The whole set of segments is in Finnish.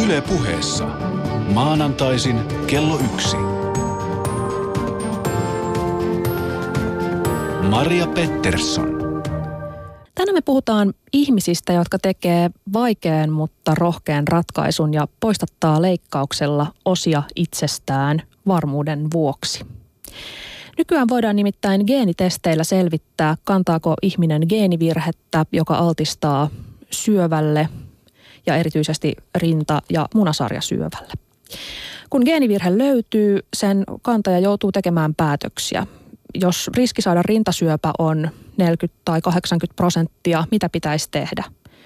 Yle Puheessa. Maanantaisin kello 1. Maria Pettersson. Tänään me puhutaan ihmisistä, jotka tekee vaikean, mutta rohkean ratkaisun ja poistattaa leikkauksella osia itsestään varmuuden vuoksi. Nykyään voidaan nimittäin geenitesteillä selvittää, kantaako ihminen geenivirhettä, joka altistaa syövälle ja erityisesti rinta- ja munasarjasyövälle. Kun geenivirhe löytyy, sen kantaja joutuu tekemään päätöksiä. Jos riski saada rintasyöpä on 40 tai 80%, mitä pitäisi tehdä?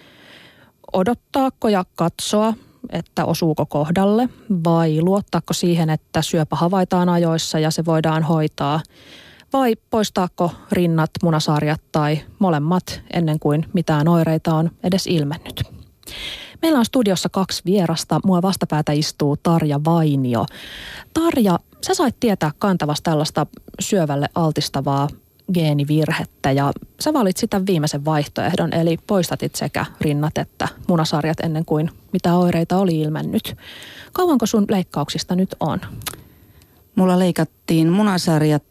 Odottaako ja katsoa, että osuuko kohdalle, vai luottaako siihen, että syöpä havaitaan ajoissa ja se voidaan hoitaa? Vai poistaako rinnat, munasarjat tai molemmat ennen kuin mitään oireita on edes ilmennyt? Meillä on studiossa 2 vierasta. Mua vastapäätä istuu Tarja Vainio. Tarja, sä sait tietää kantavasta tällaista syövälle altistavaa geenivirhettä ja sä valit sitä viimeisen vaihtoehdon, eli poistatit sekä rinnat että munasarjat ennen kuin mitä oireita oli ilmennyt. Kauanko sun leikkauksista nyt on? Mulla leikattiin munasarjat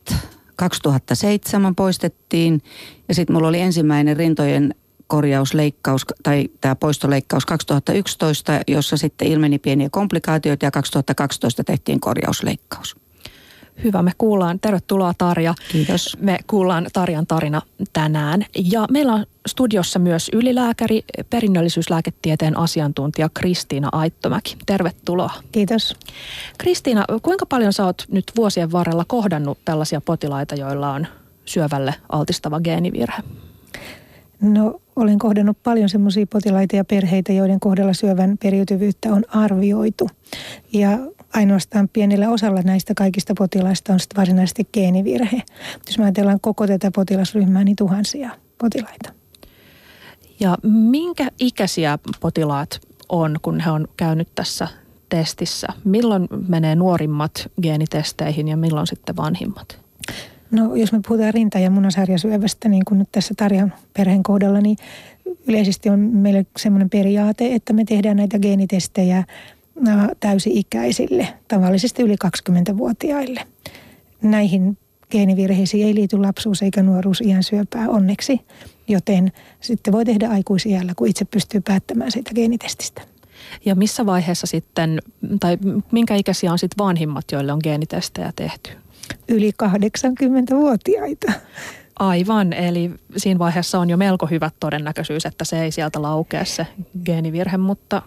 2007 poistettiin ja sitten mulla oli ensimmäinen rintojen korjausleikkaus tai tämä poistoleikkaus 2011, jossa sitten ilmeni pieniä komplikaatioita ja 2012 tehtiin korjausleikkaus. Hyvä, me kuullaan. Tervetuloa Tarja. Kiitos. Me kuullaan Tarjan tarina tänään. Ja meillä on studiossa myös ylilääkäri, perinnöllisyyslääketieteen asiantuntija Kristiina Aittomäki. Tervetuloa. Kiitos. Kristiina, kuinka paljon sä oot nyt vuosien varrella kohdannut tällaisia potilaita, joilla on syövälle altistava geenivirhe? No, olen kohdannut paljon semmoisia potilaita ja perheitä, joiden kohdalla syövän periytyvyyttä on arvioitu. Ja ainoastaan pienellä osalla näistä kaikista potilaista on sitten varsinaisesti geenivirhe. Jos me ajatellaan koko tätä potilasryhmää, niin tuhansia potilaita. Ja minkä ikäisiä potilaat on, kun he on käynyt tässä testissä? Milloin menee nuorimmat geenitesteihin ja milloin sitten vanhimmat? No, jos me puhutaan rinta- ja munasarjasyövästä, niin kuin nyt tässä Tarjan perheen kohdalla, niin yleisesti on meillä semmoinen periaate, että me tehdään näitä geenitestejä täysi-ikäisille, tavallisesti yli 20-vuotiaille. Näihin geenivirheisiin ei liity lapsuus- eikä nuoruusiän syöpää onneksi, joten sitten voi tehdä aikuisiällä, kun itse pystyy päättämään siitä geenitestistä. Ja missä vaiheessa sitten, tai minkä ikäisiä on sitten vanhimmat, joille on geenitestejä tehty? Yli 80-vuotiaita. Aivan, eli siinä vaiheessa on jo melko hyvä todennäköisyys, että se ei sieltä laukea se geenivirhe, mutta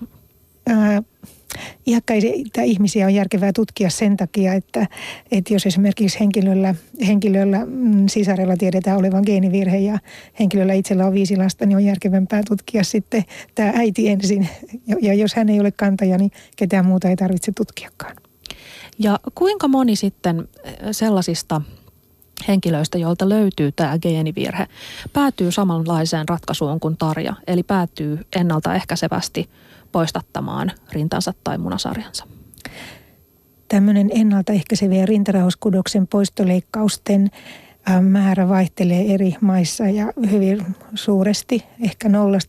iäkkäitä ihmisiä on järkevää tutkia sen takia, että jos esimerkiksi henkilöllä sisarella tiedetään olevan geenivirhe ja henkilöllä itsellä on 5 lasta, niin on järkevämpää tutkia sitten tämä äiti ensin. Ja jos hän ei ole kantaja, niin ketään muuta ei tarvitse tutkiakaan. Ja kuinka moni sitten sellaisista henkilöistä, joilta löytyy tämä geenivirhe, päätyy samanlaiseen ratkaisuun kuin Tarja, eli päätyy ennaltaehkäisevästi poistattamaan rintansa tai munasarjansa? Tämmöinen ennaltaehkäisevien rintarauhaskudoksen poistoleikkausten määrä vaihtelee eri maissa ja hyvin suuresti, ehkä 0-50%.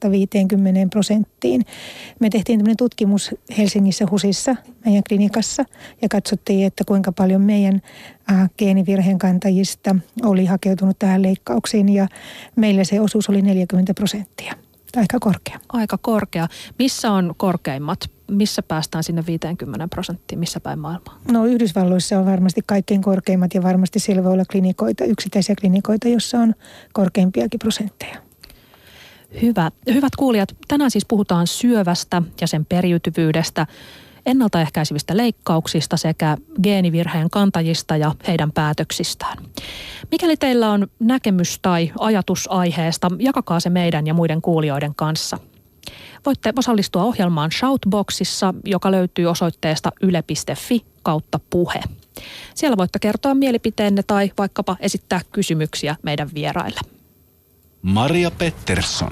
Me tehtiin tämmöinen tutkimus Helsingissä HUSissa, meidän klinikassa, ja katsottiin, että kuinka paljon meidän geenivirheen kantajista oli hakeutunut tähän leikkauksiin, ja meillä se osuus oli 40%. Aika korkea. Aika korkea. Missä on korkeimmat? Missä päästään sinne 50%? Missä päin maailmaa? No, Yhdysvalloissa on varmasti kaikkein korkeimmat ja varmasti siellä voi olla klinikoita, yksittäisiä klinikoita, jossa on korkeimpiakin prosentteja. Hyvä. Hyvät kuulijat, tänään siis puhutaan syövästä ja sen periytyvyydestä, ennaltaehkäisevistä leikkauksista sekä geenivirheen kantajista ja heidän päätöksistään. Mikäli teillä on näkemys tai ajatus aiheesta, jakakaa se meidän ja muiden kuulijoiden kanssa. Voitte osallistua ohjelmaan Shoutboxissa, joka löytyy osoitteesta yle.fi/puhe. Siellä voitte kertoa mielipiteenne tai vaikkapa esittää kysymyksiä meidän vieraille. Maria Pettersson.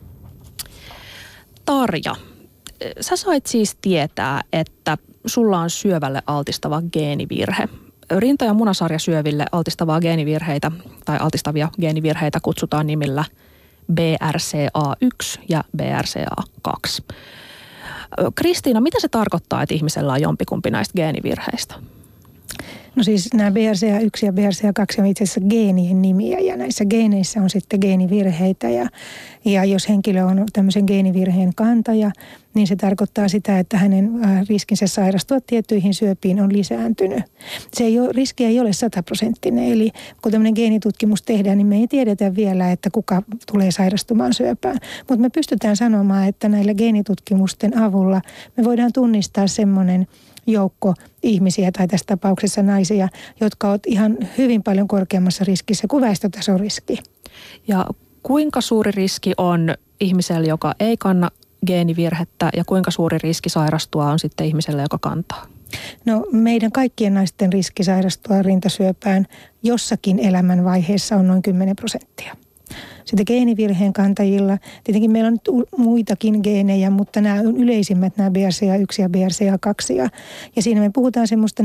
Tarja, sä sait siis tietää, että sulla on syövälle altistava geenivirhe. Rinta- ja munasarjasyöville altistavia geenivirheitä kutsutaan nimillä BRCA1 ja BRCA2. Kristiina, mitä se tarkoittaa, että ihmisellä on jompikumpi näistä geenivirheistä? No siis nämä BRCA1 ja BRCA2 on itse asiassa geenien nimiä ja näissä geeneissä on sitten geenivirheitä ja jos henkilö on tämmöisen geenivirheen kantaja, niin se tarkoittaa sitä, että hänen riskinsä sairastua tiettyihin syöpiin on lisääntynyt. Riski ei ole 100%, eli kun tämmöinen geenitutkimus tehdään, niin me ei tiedetä vielä, että kuka tulee sairastumaan syöpään. Mutta me pystytään sanomaan, että näillä geenitutkimusten avulla me voidaan tunnistaa semmoinen joukko ihmisiä tai tässä tapauksessa naisia, jotka ovat ihan hyvin paljon korkeammassa riskissä kuin väestötasoriski. Ja kuinka suuri riski on ihmisellä, joka ei kanna geenivirhettä ja kuinka suuri riski sairastua on sitten ihmisellä, joka kantaa? No meidän kaikkien naisten riski sairastua rintasyöpään jossakin elämänvaiheessa on noin 10%. Sitten geenivirheen kantajilla, tietenkin meillä on nyt muitakin geenejä, mutta nämä on yleisimmät, nämä BRCA1 ja BRCA2. Ja siinä me puhutaan semmoista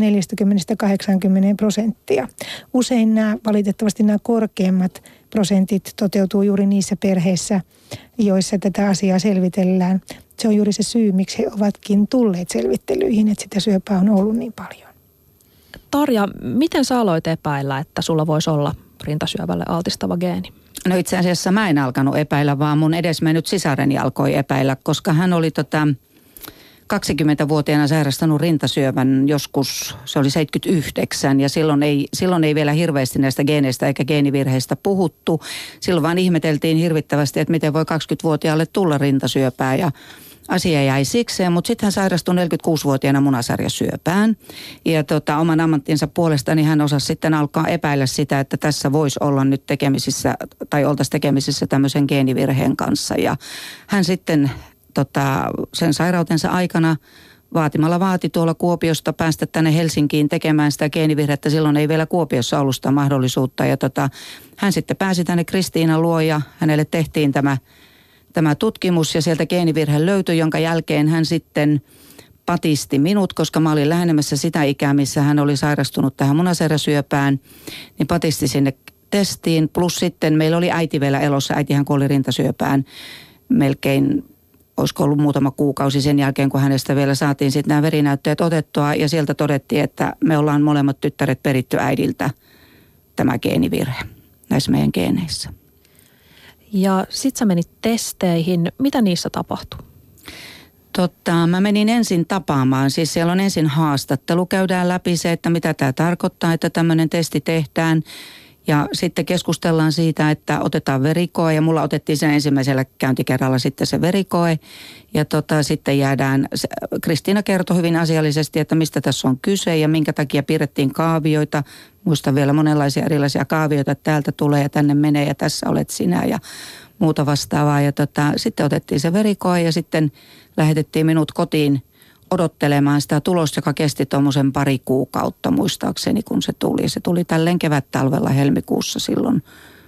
40-80%. Usein valitettavasti nämä korkeimmat prosentit toteutuu juuri niissä perheissä, joissa tätä asiaa selvitellään. Se on juuri se syy, miksi he ovatkin tulleet selvittelyihin, että sitä syöpää on ollut niin paljon. Tarja, miten sä aloit epäillä, että sulla voisi olla rintasyövälle altistava geeni? No itse asiassa mä en alkanut epäillä, vaan mun edesmennyt sisareni alkoi epäillä, koska hän oli 20-vuotiaana sairastanut rintasyövän joskus, se oli 79 ja silloin ei vielä hirveästi näistä geeneistä eikä geenivirheistä puhuttu. Silloin vaan ihmeteltiin hirvittävästi, että miten voi 20-vuotiaalle tulla rintasyöpää ja asia jäi sikseen, mutta sitten hän sairastui 46-vuotiaana munasarjasyöpään. Ja oman ammattinsa puolesta niin hän osasi sitten alkaa epäillä sitä, että tässä voisi olla nyt tekemisissä tai oltaisiin tekemisissä tämmöisen geenivirheen kanssa. Ja hän sitten sen sairautensa aikana vaatimalla vaati tuolla Kuopiosta päästä tänne Helsinkiin tekemään sitä geenivirhettä. Silloin ei vielä Kuopiossa ollut sitä mahdollisuutta. Ja hän sitten pääsi tänne Kristiinan luo ja hänelle tehtiin tämä tutkimus ja sieltä geenivirhe löytyi, jonka jälkeen hän sitten patisti minut, koska mä olin lähenemässä sitä ikää, missä hän oli sairastunut tähän munasarjasyöpään, niin patisti sinne testiin. Plus sitten meillä oli äiti vielä elossa, äitihän kuoli rintasyöpään melkein, olisiko ollut muutama kuukausi sen jälkeen, kun hänestä vielä saatiin sitten nämä verinäytteet otettua ja sieltä todettiin, että me ollaan molemmat tyttäret peritty äidiltä tämä geenivirhe näissä meidän geeneissä. Ja sit sä menit testeihin. Mitä niissä tapahtui? Mä menin ensin tapaamaan. Siis siellä on ensin haastattelu. Käydään läpi se, että mitä tämä tarkoittaa, että tämmöinen testi tehdään. Ja sitten keskustellaan siitä, että otetaan verikoe. Ja mulla otettiin sen ensimmäisellä käyntikerralla sitten se verikoe. Ja sitten jäädään, Kristiina kertoi hyvin asiallisesti, että mistä tässä on kyse ja minkä takia piirrettiin kaavioita. Muistan vielä monenlaisia erilaisia kaavioita, että täältä tulee ja tänne menee ja tässä olet sinä ja muuta vastaavaa. Ja sitten otettiin se verikoe ja sitten lähetettiin minut kotiin odottelemaan sitä tulosta, joka kesti tuommoisen 2 kuukautta muistaakseni, kun se tuli. Se tuli tälleen kevät-talvella helmikuussa silloin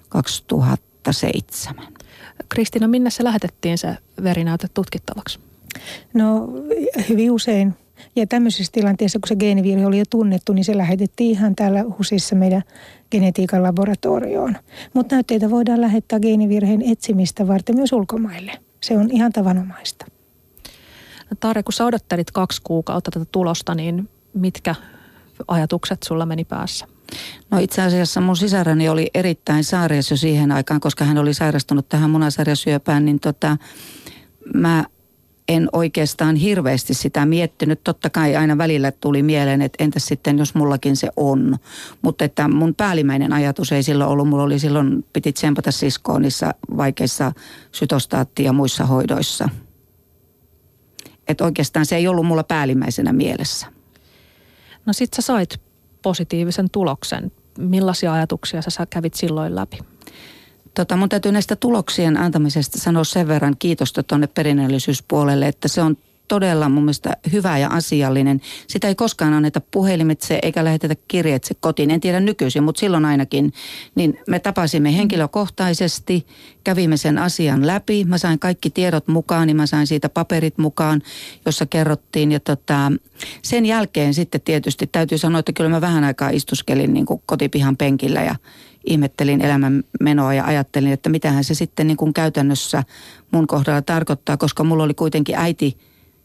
2007. Kristiina, minne se lähetettiin se verinäyte tutkittavaksi? No hyvin usein. Ja tämmöisessä tilanteessa, kun se geenivirhe oli jo tunnettu, niin se lähetettiin ihan täällä HUSissa meidän genetiikan laboratorioon. Mutta näytteitä voidaan lähettää geenivirheen etsimistä varten myös ulkomaille. Se on ihan tavanomaista. Tarja, kun sä odottelit 2 kuukautta tätä tulosta, niin mitkä ajatukset sulla meni päässä? No itse asiassa mun sisareni oli erittäin saareessa jo siihen aikaan, koska hän oli sairastunut tähän munasarjasyöpään, niin mä en oikeastaan hirveästi sitä miettinyt. Totta kai aina välillä tuli mieleen, että entäs sitten, jos mullakin se on. Mutta että mun päällimmäinen ajatus ei silloin ollut. Mulla oli silloin, piti tsempata siskoon niissä vaikeissa sytostaatti- ja muissa hoidoissa. Että oikeastaan se ei ollut mulla päällimmäisenä mielessä. No sit sä sait positiivisen tuloksen. Millaisia ajatuksia sä kävit silloin läpi? Mun täytyy näistä tuloksien antamisesta sanoa sen verran kiitosta tuonne perinnöllisyyspuolelle, että se on todella mun mielestä hyvä ja asiallinen. Sitä ei koskaan anneta puhelimitse eikä lähetetä kirjeitse kotiin. En tiedä nykyisin, mutta silloin ainakin. Niin me tapasimme henkilökohtaisesti, kävimme sen asian läpi. Mä sain kaikki tiedot mukaan, niin mä sain siitä paperit mukaan, jossa kerrottiin. Ja sen jälkeen sitten tietysti täytyy sanoa, että kyllä mä vähän aikaa istuskelin niin kuin kotipihan penkillä ja ihmettelin elämän menoa ja ajattelin, että mitähän se sitten niin kuin käytännössä mun kohdalla tarkoittaa, koska mulla oli kuitenkin äiti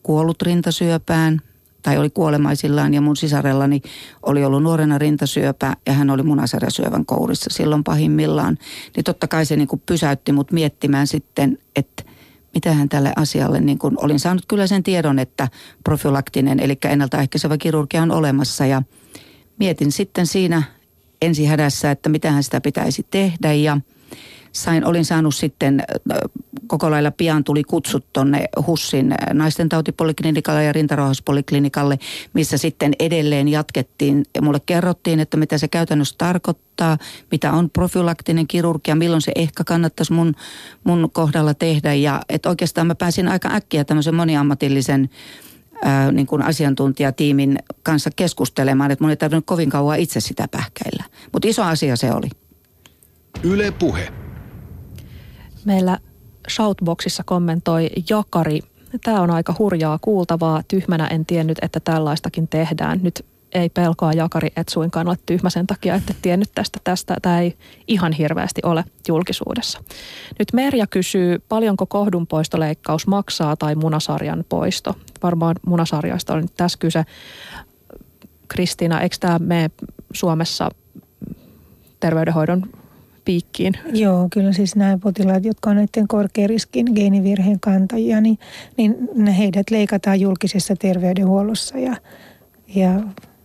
kuollut rintasyöpään tai oli kuolemaisillaan ja mun sisarellani oli ollut nuorena rintasyöpä ja hän oli munasarjasyövän kourissa silloin pahimmillaan. Niin totta kai se niin kuin pysäytti mut miettimään sitten, että mitähän tälle asialle, niin kuin olin saanut kyllä sen tiedon, että profylaktinen eli ennaltaehkäisevä kirurgia on olemassa ja mietin sitten siinä ensihädässä, että mitähän sitä pitäisi tehdä ja olin saanut sitten koko lailla pian tuli kutsut tonne HUSin naistentautipoliklinikalle ja rintarauhaspoliklinikalle, missä sitten edelleen jatkettiin. Mulle kerrottiin, että mitä se käytännössä tarkoittaa, mitä on profylaktinen kirurgia, milloin se ehkä kannattaisi mun kohdalla tehdä. Ja että oikeastaan mä pääsin aika äkkiä tämmöisen moniammatillisen niin kuin asiantuntijatiimin kanssa keskustelemaan, että mun ei tarvinnut kovin kauan itse sitä pähkäillä. Mutta iso asia se oli. Yle Puhe. Meillä Shoutboxissa kommentoi Jakari. Tämä on aika hurjaa kuultavaa. Tyhmänä en tiennyt, että tällaistakin tehdään. Nyt ei pelkoa Jakari, et suinkaan ole tyhmä sen takia, että et tiennyt tästä. Tämä ei ihan hirveästi ole julkisuudessa. Nyt Merja kysyy, paljonko kohdunpoistoleikkaus maksaa tai munasarjan poisto? Varmaan munasarjoista on nyt tässä kyse. Kristiina, eikö tämä mene Suomessa terveydenhoidon piikkiin? Joo, kyllä siis nämä potilaat, jotka on näiden korkean riskin geenivirheen kantajia, niin heidät leikataan julkisessa terveydenhuollossa ja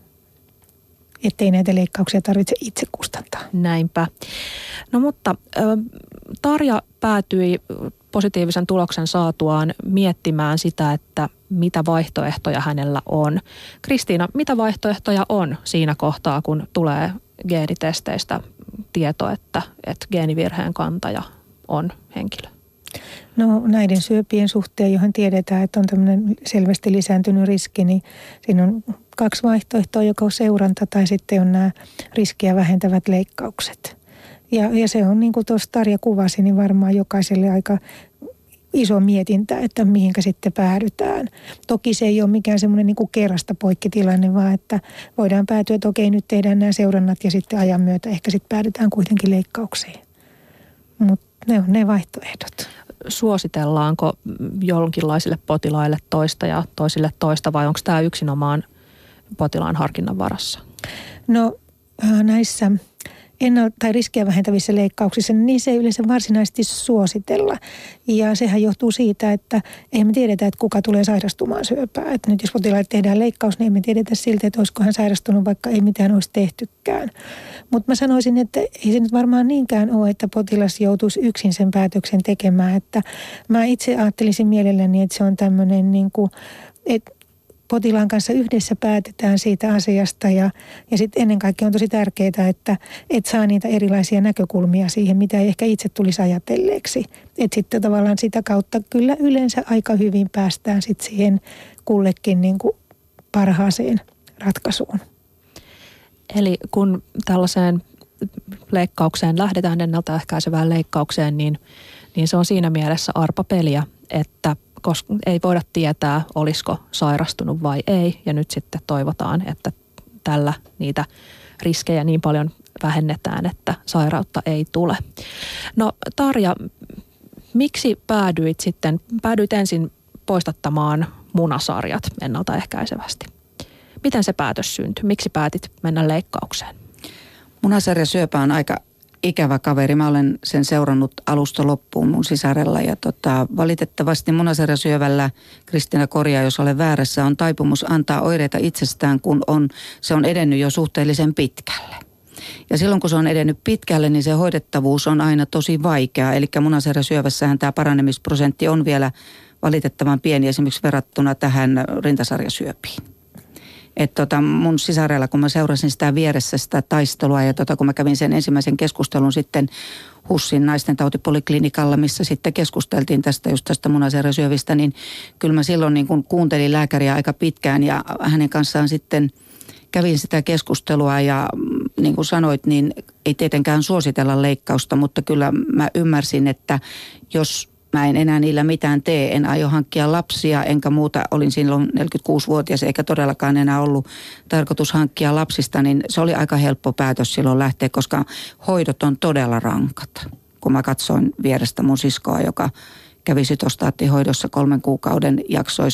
ettei näitä leikkauksia tarvitse itse kustantaa. Näinpä. No mutta Tarja päätyi positiivisen tuloksen saatuaan miettimään sitä, että mitä vaihtoehtoja hänellä on. Kristiina, mitä vaihtoehtoja on siinä kohtaa, kun tulee geenitesteistä tieto, että geenivirheen kantaja on henkilö? No näiden syöpien suhteen, johon tiedetään, että on tämmöinen selvästi lisääntynyt riski, niin siinä on 2 vaihtoehtoa, joko seuranta tai sitten on nämä riskiä vähentävät leikkaukset. Ja se on niin kuin tuossa Tarja kuvasi, niin varmaan jokaiselle aika iso mietintä, että mihinkä sitten päädytään. Toki se ei ole mikään semmoinen niin kuin kerrasta poikkitilanne, vaan että voidaan päätyä, että okei, nyt tehdään nämä seurannat ja sitten ajan myötä ehkä sitten päädytään kuitenkin leikkauksiin. Mutta ne on ne vaihtoehdot. Suositellaanko jonkinlaisille potilaille toista ja toisille toista vai onko tämä yksinomaan potilaan harkinnan varassa? No näissä tai riskiä vähentävissä leikkauksissa, niin se ei yleensä varsinaisesti suositella. Ja sehän johtuu siitä, että ei me tiedetä, että kuka tulee sairastumaan syöpään. Että nyt jos potilaalle tehdään leikkaus, niin ei me tiedetä siltä, että olisiko hän sairastunut, vaikka ei mitään olisi tehtykään. Mutta mä sanoisin, että ei se nyt varmaan niinkään ole, että potilas joutuisi yksin sen päätöksen tekemään. Että mä itse ajattelisin mielelläni, että se on tämmöinen niin kuin, että potilaan kanssa yhdessä päätetään siitä asiasta ja sitten ennen kaikkea on tosi tärkeää, että saa niitä erilaisia näkökulmia siihen, mitä ei ehkä itse tulisi ajatelleeksi. Että sitten tavallaan sitä kautta kyllä yleensä aika hyvin päästään sitten siihen kullekin niin kuin parhaaseen ratkaisuun. Eli kun tällaiseen leikkaukseen lähdetään, ennaltaehkäisevään leikkaukseen, niin se on siinä mielessä arpapeliä, että koska ei voida tietää, olisiko sairastunut vai ei. Ja nyt sitten toivotaan, että tällä niitä riskejä niin paljon vähennetään, että sairautta ei tule. No Tarja, miksi päädyit ensin poistattamaan munasarjat ennaltaehkäisevästi? Miten se päätös syntyi? Miksi päätit mennä leikkaukseen? Munasarjasyöpä on aika ikävä kaveri. Mä olen sen seurannut alusta loppuun mun sisarella ja valitettavasti munasarjasyövällä, Kristiina korjaa jos olen väärässä, on taipumus antaa oireita itsestään, kun se on edennyt jo suhteellisen pitkälle. Ja silloin kun se on edennyt pitkälle, niin se hoidettavuus on aina tosi vaikea. Eli munasarjasyövässähän tämä paranemisprosentti on vielä valitettavan pieni esimerkiksi verrattuna tähän rintasarjasyöpiin. Että mun sisarella, kun mä seurasin sitä vieressä sitä taistelua ja kun mä kävin sen ensimmäisen keskustelun sitten HUSin naistentautipoliklinikalla, missä sitten keskusteltiin tästä munasarjasyövistä, niin kyllä mä silloin niin kun kuuntelin lääkäriä aika pitkään ja hänen kanssaan sitten kävin sitä keskustelua ja niin kuin sanoit, niin ei tietenkään suositella leikkausta, mutta kyllä mä ymmärsin, että jos mä en enää niillä mitään tee, en aio hankkia lapsia, enkä muuta, olin silloin 46-vuotias, eikä todellakaan enää ollut tarkoitus hankkia lapsista, niin se oli aika helppo päätös silloin lähteä, koska hoidot on todella rankat. Kun mä katsoin vierestä mun siskoa, joka kävi sytostaattihoidossa 3 kuukauden jaksoissa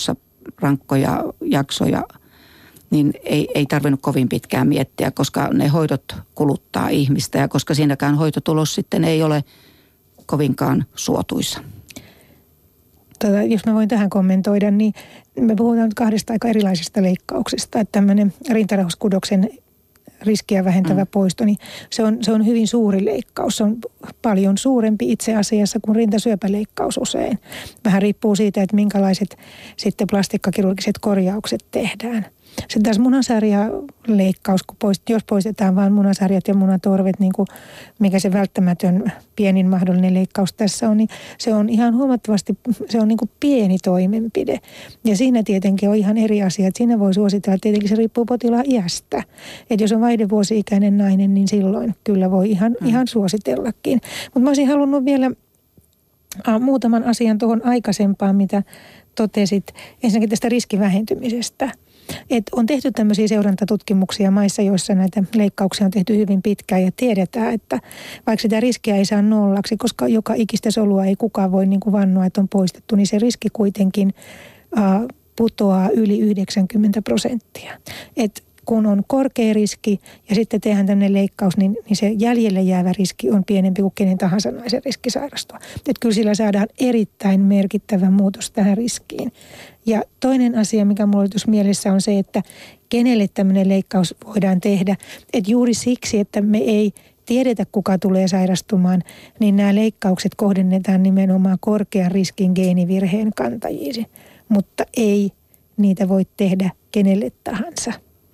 rankkoja jaksoja, niin ei tarvinnut kovin pitkään miettiä, koska ne hoidot kuluttaa ihmistä ja koska siinäkään hoitotulos sitten ei ole kovinkaan suotuisa. Jos mä voin tähän kommentoida, niin me puhutaan nyt 2 aika erilaisista leikkauksista. Että tämmöinen rintareuhaskudoksen riskiä vähentävä poisto, niin se on hyvin suuri leikkaus. Se on paljon suurempi itse asiassa kuin rintasyöpäleikkaus usein. Vähän riippuu siitä, että minkälaiset sitten plastikkakirurgiset korjaukset tehdään. Sitten taas munasarjaleikkaus, jos poistetaan vain munasarjat ja munatorvet, niin kuin mikä se välttämätön pienin mahdollinen leikkaus tässä on, niin se on ihan huomattavasti, se on niin kuin pieni toimenpide. Ja siinä tietenkin on ihan eri asia, että siinä voi suositella, tietenkin se riippuu potilaan iästä. Että jos on vaihdevuosi-ikäinen nainen, niin silloin kyllä voi ihan suositellakin. Mutta mä olisin halunnut vielä muutaman asian tuohon aikaisempaan, mitä totesit, ensinnäkin tästä riskin vähentymisestä. On tehty tämmöisiä seurantatutkimuksia maissa, joissa näitä leikkauksia on tehty hyvin pitkään ja tiedetään, että vaikka sitä riskiä ei saa nollaksi, koska joka ikistä solua ei kukaan voi niin kuin vannoa, että on poistettu, niin se riski kuitenkin putoaa yli 90%. Et kun on korkea riski ja sitten tehdään tämmöinen leikkaus, niin se jäljelle jäävä riski on pienempi kuin kenen tahansa naisen riski sairastua. Että kyllä sillä saadaan erittäin merkittävä muutos tähän riskiin. Ja toinen asia, mikä mulla oli tuossa mielessä, on se, että kenelle tämmöinen leikkaus voidaan tehdä. Että juuri siksi, että me ei tiedetä, kuka tulee sairastumaan, niin nämä leikkaukset kohdennetaan nimenomaan korkean riskin geenivirheen kantajiin. Mutta ei niitä voi tehdä kenelle tahansa.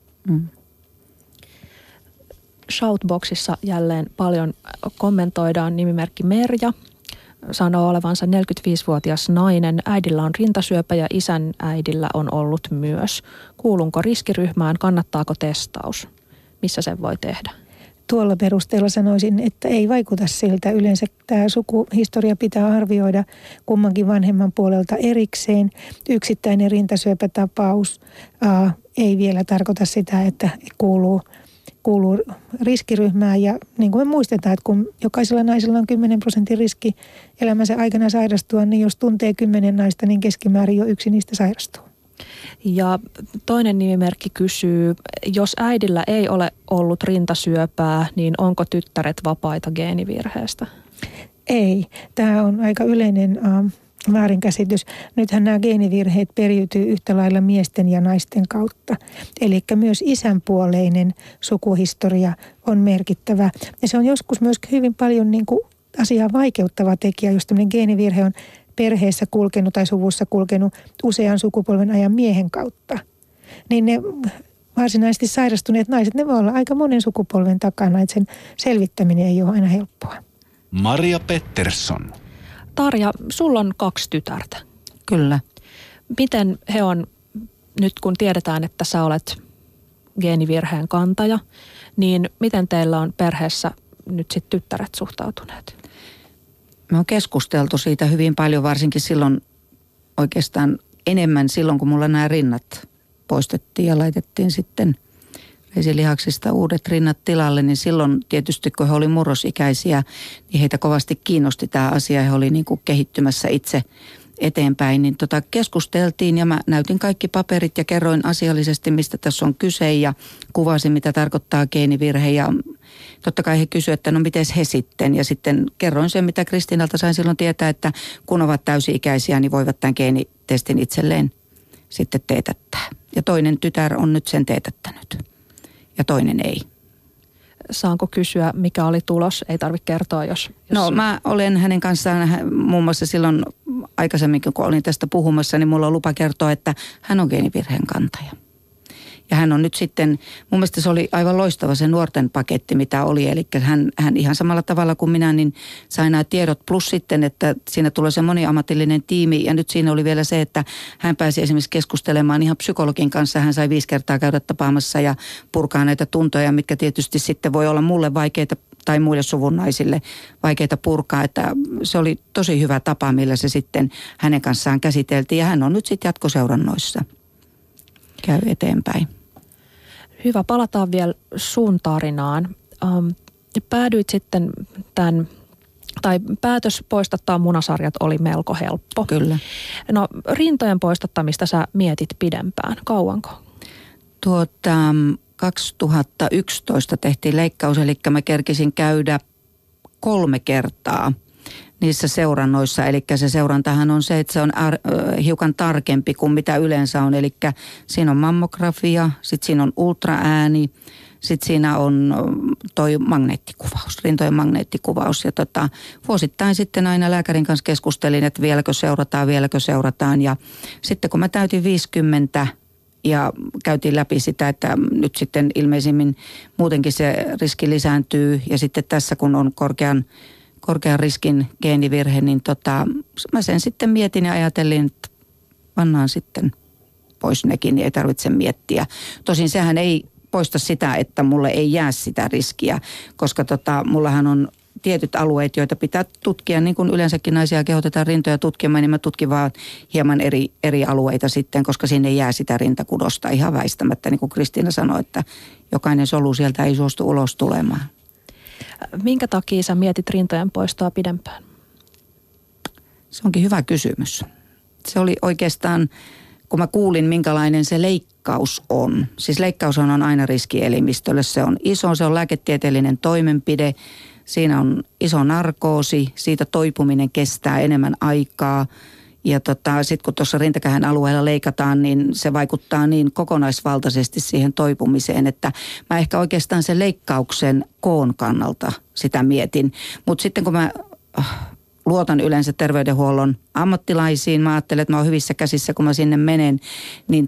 Shoutboxissa jälleen paljon kommentoidaan. Nimimerkki Merja sanoo olevansa 45-vuotias nainen. Äidillä on rintasyöpä ja isän äidillä on ollut myös. Kuulunko riskiryhmään? Kannattaako testaus? Missä sen voi tehdä? Tuolla perusteella sanoisin, että ei vaikuta siltä. Yleensä tämä sukuhistoria pitää arvioida kummankin vanhemman puolelta erikseen. Yksittäinen rintasyöpätapaus ei vielä tarkoita sitä, että kuuluu riskiryhmään. Ja niin kuin me muistetaan, että kun jokaisella naisella on 10% riski elämänsä aikana sairastua, niin jos tuntee 10 naista, niin keskimäärin jo 1 niistä sairastuu. Ja toinen nimimerkki kysyy, jos äidillä ei ole ollut rintasyöpää, niin onko tyttäret vapaita geenivirheestä? Ei. Tämä on aika yleinen väärinkäsitys. Nythän nämä geenivirheet periytyy yhtä lailla miesten ja naisten kautta. Eli myös isänpuoleinen sukuhistoria on merkittävä. Ja se on joskus myös hyvin paljon niin kuin asiaa vaikeuttava tekijä, jos tämmöinen geenivirhe on perheessä kulkenut tai suvussa kulkenut usean sukupolven ajan miehen kautta. Niin ne varsinaisesti sairastuneet naiset, ne voi olla aika monen sukupolven takana, että sen selvittäminen ei ole aina helppoa. Maria Pettersson. Tarja, sulla on 2 tytärtä. Kyllä. Miten he on, nyt kun tiedetään, että sä olet geenivirheen kantaja, niin miten teillä on perheessä nyt sitten tyttäret suhtautuneet? Me on keskusteltu siitä hyvin paljon, varsinkin silloin oikeastaan enemmän silloin, kun mulla nämä rinnat poistettiin ja laitettiin sitten vesilihaksista uudet rinnat tilalle, niin silloin tietysti kun he oli murrosikäisiä, niin heitä kovasti kiinnosti tämä asia. He oli niin kuin kehittymässä itse eteenpäin, niin keskusteltiin ja mä näytin kaikki paperit ja kerroin asiallisesti, mistä tässä on kyse ja kuvasin, mitä tarkoittaa geenivirhe ja totta kai he kysyivät, että no mites he sitten ja sitten kerroin sen, mitä Kristiinalta sain silloin tietää, että kun ovat täysi-ikäisiä, niin voivat tämän geenitestin itselleen sitten teetättää. Ja toinen tytär on nyt sen teetättänyt ja toinen ei. Saanko kysyä, mikä oli tulos? Ei tarvitse kertoa, jos... No mä olen hänen kanssaan muun muassa silloin aikaisemmin, kun olin tästä puhumassa, niin mulla on lupa kertoa, että hän on geenivirheen kantaja. Ja hän on nyt sitten, mun mielestä se oli aivan loistava se nuorten paketti, mitä oli. Eli hän ihan samalla tavalla kuin minä, niin sai nämä tiedot plus sitten, että siinä tulee se moniammatillinen tiimi. Ja nyt siinä oli vielä se, että hän pääsi esimerkiksi keskustelemaan ihan psykologin kanssa. Hän sai 5 kertaa käydä tapaamassa ja purkaa näitä tuntoja, mitkä tietysti sitten voi olla mulle vaikeita tai muille suvun naisille vaikeita purkaa. Että se oli tosi hyvä tapa, millä se sitten hänen kanssaan käsiteltiin. Ja hän on nyt sitten jatkoseurannoissa. Käy eteenpäin. Hyvä, palataan vielä sun tarinaan. Päädyit sitten tämän tai päätös poistattaa munasarjat oli melko helppo. Kyllä. No rintojen poistattamista sä mietit pidempään. Kauanko? 2011 tehtiin leikkaus, eli mä kerkisin käydä 3 kertaa niissä seurannoissa. Eli se seurantahan on se, että se on hiukan tarkempi kuin mitä yleensä on. Eli siinä on mammografia, sitten siinä on ultraääni, sitten siinä on toi magneettikuvaus, rintojen magneettikuvaus. Ja vuosittain sitten aina lääkärin kanssa keskustelin, että vieläkö seurataan. Ja sitten kun mä täytin 50 ja käytiin läpi sitä, että nyt sitten ilmeisimmin muutenkin se riski lisääntyy. Ja sitten tässä kun on korkean riskin geenivirhe, niin mä sen sitten mietin ja ajattelin, että pannaan sitten pois nekin, niin ei tarvitse miettiä. Tosin sehän ei poista sitä, että mulle ei jää sitä riskiä, koska mullahan on tietyt alueet, joita pitää tutkia, niin kuin yleensäkin naisia kehotetaan rintoja tutkimaan, niin mä tutkin vaan hieman eri alueita sitten, koska sinne jää sitä rintakudosta ihan väistämättä, niin kuin Kristiina sanoi, että jokainen solu sieltä ei suostu ulos tulemaan. Minkä takia sä mietit rintojen poistoa pidempään? Se onkin hyvä kysymys. Se oli oikeastaan, kun mä kuulin, minkälainen se leikkaus on. Siis leikkaus on aina riski elimistölle. Se on iso, se on lääketieteellinen toimenpide. Siinä on iso narkoosi, siitä toipuminen kestää enemmän aikaa. Ja sitten kun tuossa rintakähän alueella leikataan, niin se vaikuttaa niin kokonaisvaltaisesti siihen toipumiseen, että mä ehkä oikeastaan sen leikkauksen koon kannalta sitä mietin. Mutta sitten kun mä luotan yleensä terveydenhuollon ammattilaisiin, mä ajattelen, että mä oon hyvissä käsissä, kun mä sinne menen, niin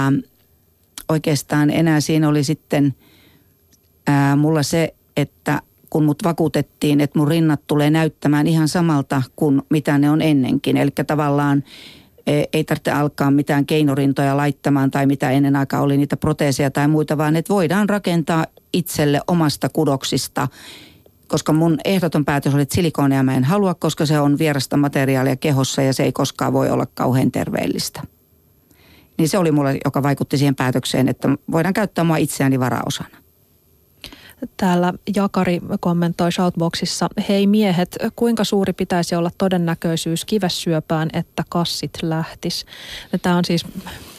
oikeastaan enää siinä oli sitten mulla se, että kun mut vakuutettiin, että mun rinnat tulee näyttämään ihan samalta kuin mitä ne on ennenkin. Eli tavallaan ei tarvitse alkaa mitään keinorintoja laittamaan tai mitä ennen aikaa oli niitä proteeseja tai muita, vaan että voidaan rakentaa itselle omasta kudoksista. Koska mun ehdoton päätös oli, että silikoonia mä en halua, koska se on vierasta materiaalia kehossa ja se ei koskaan voi olla kauhean terveellistä. Niin se oli mulle, joka vaikutti siihen päätökseen, että voidaan käyttää mua itseäni varaosana. Täällä Jakari kommentoi shoutboxissa, hei miehet, kuinka suuri pitäisi olla todennäköisyys kivessyöpään, että kassit lähtis? Tämä on siis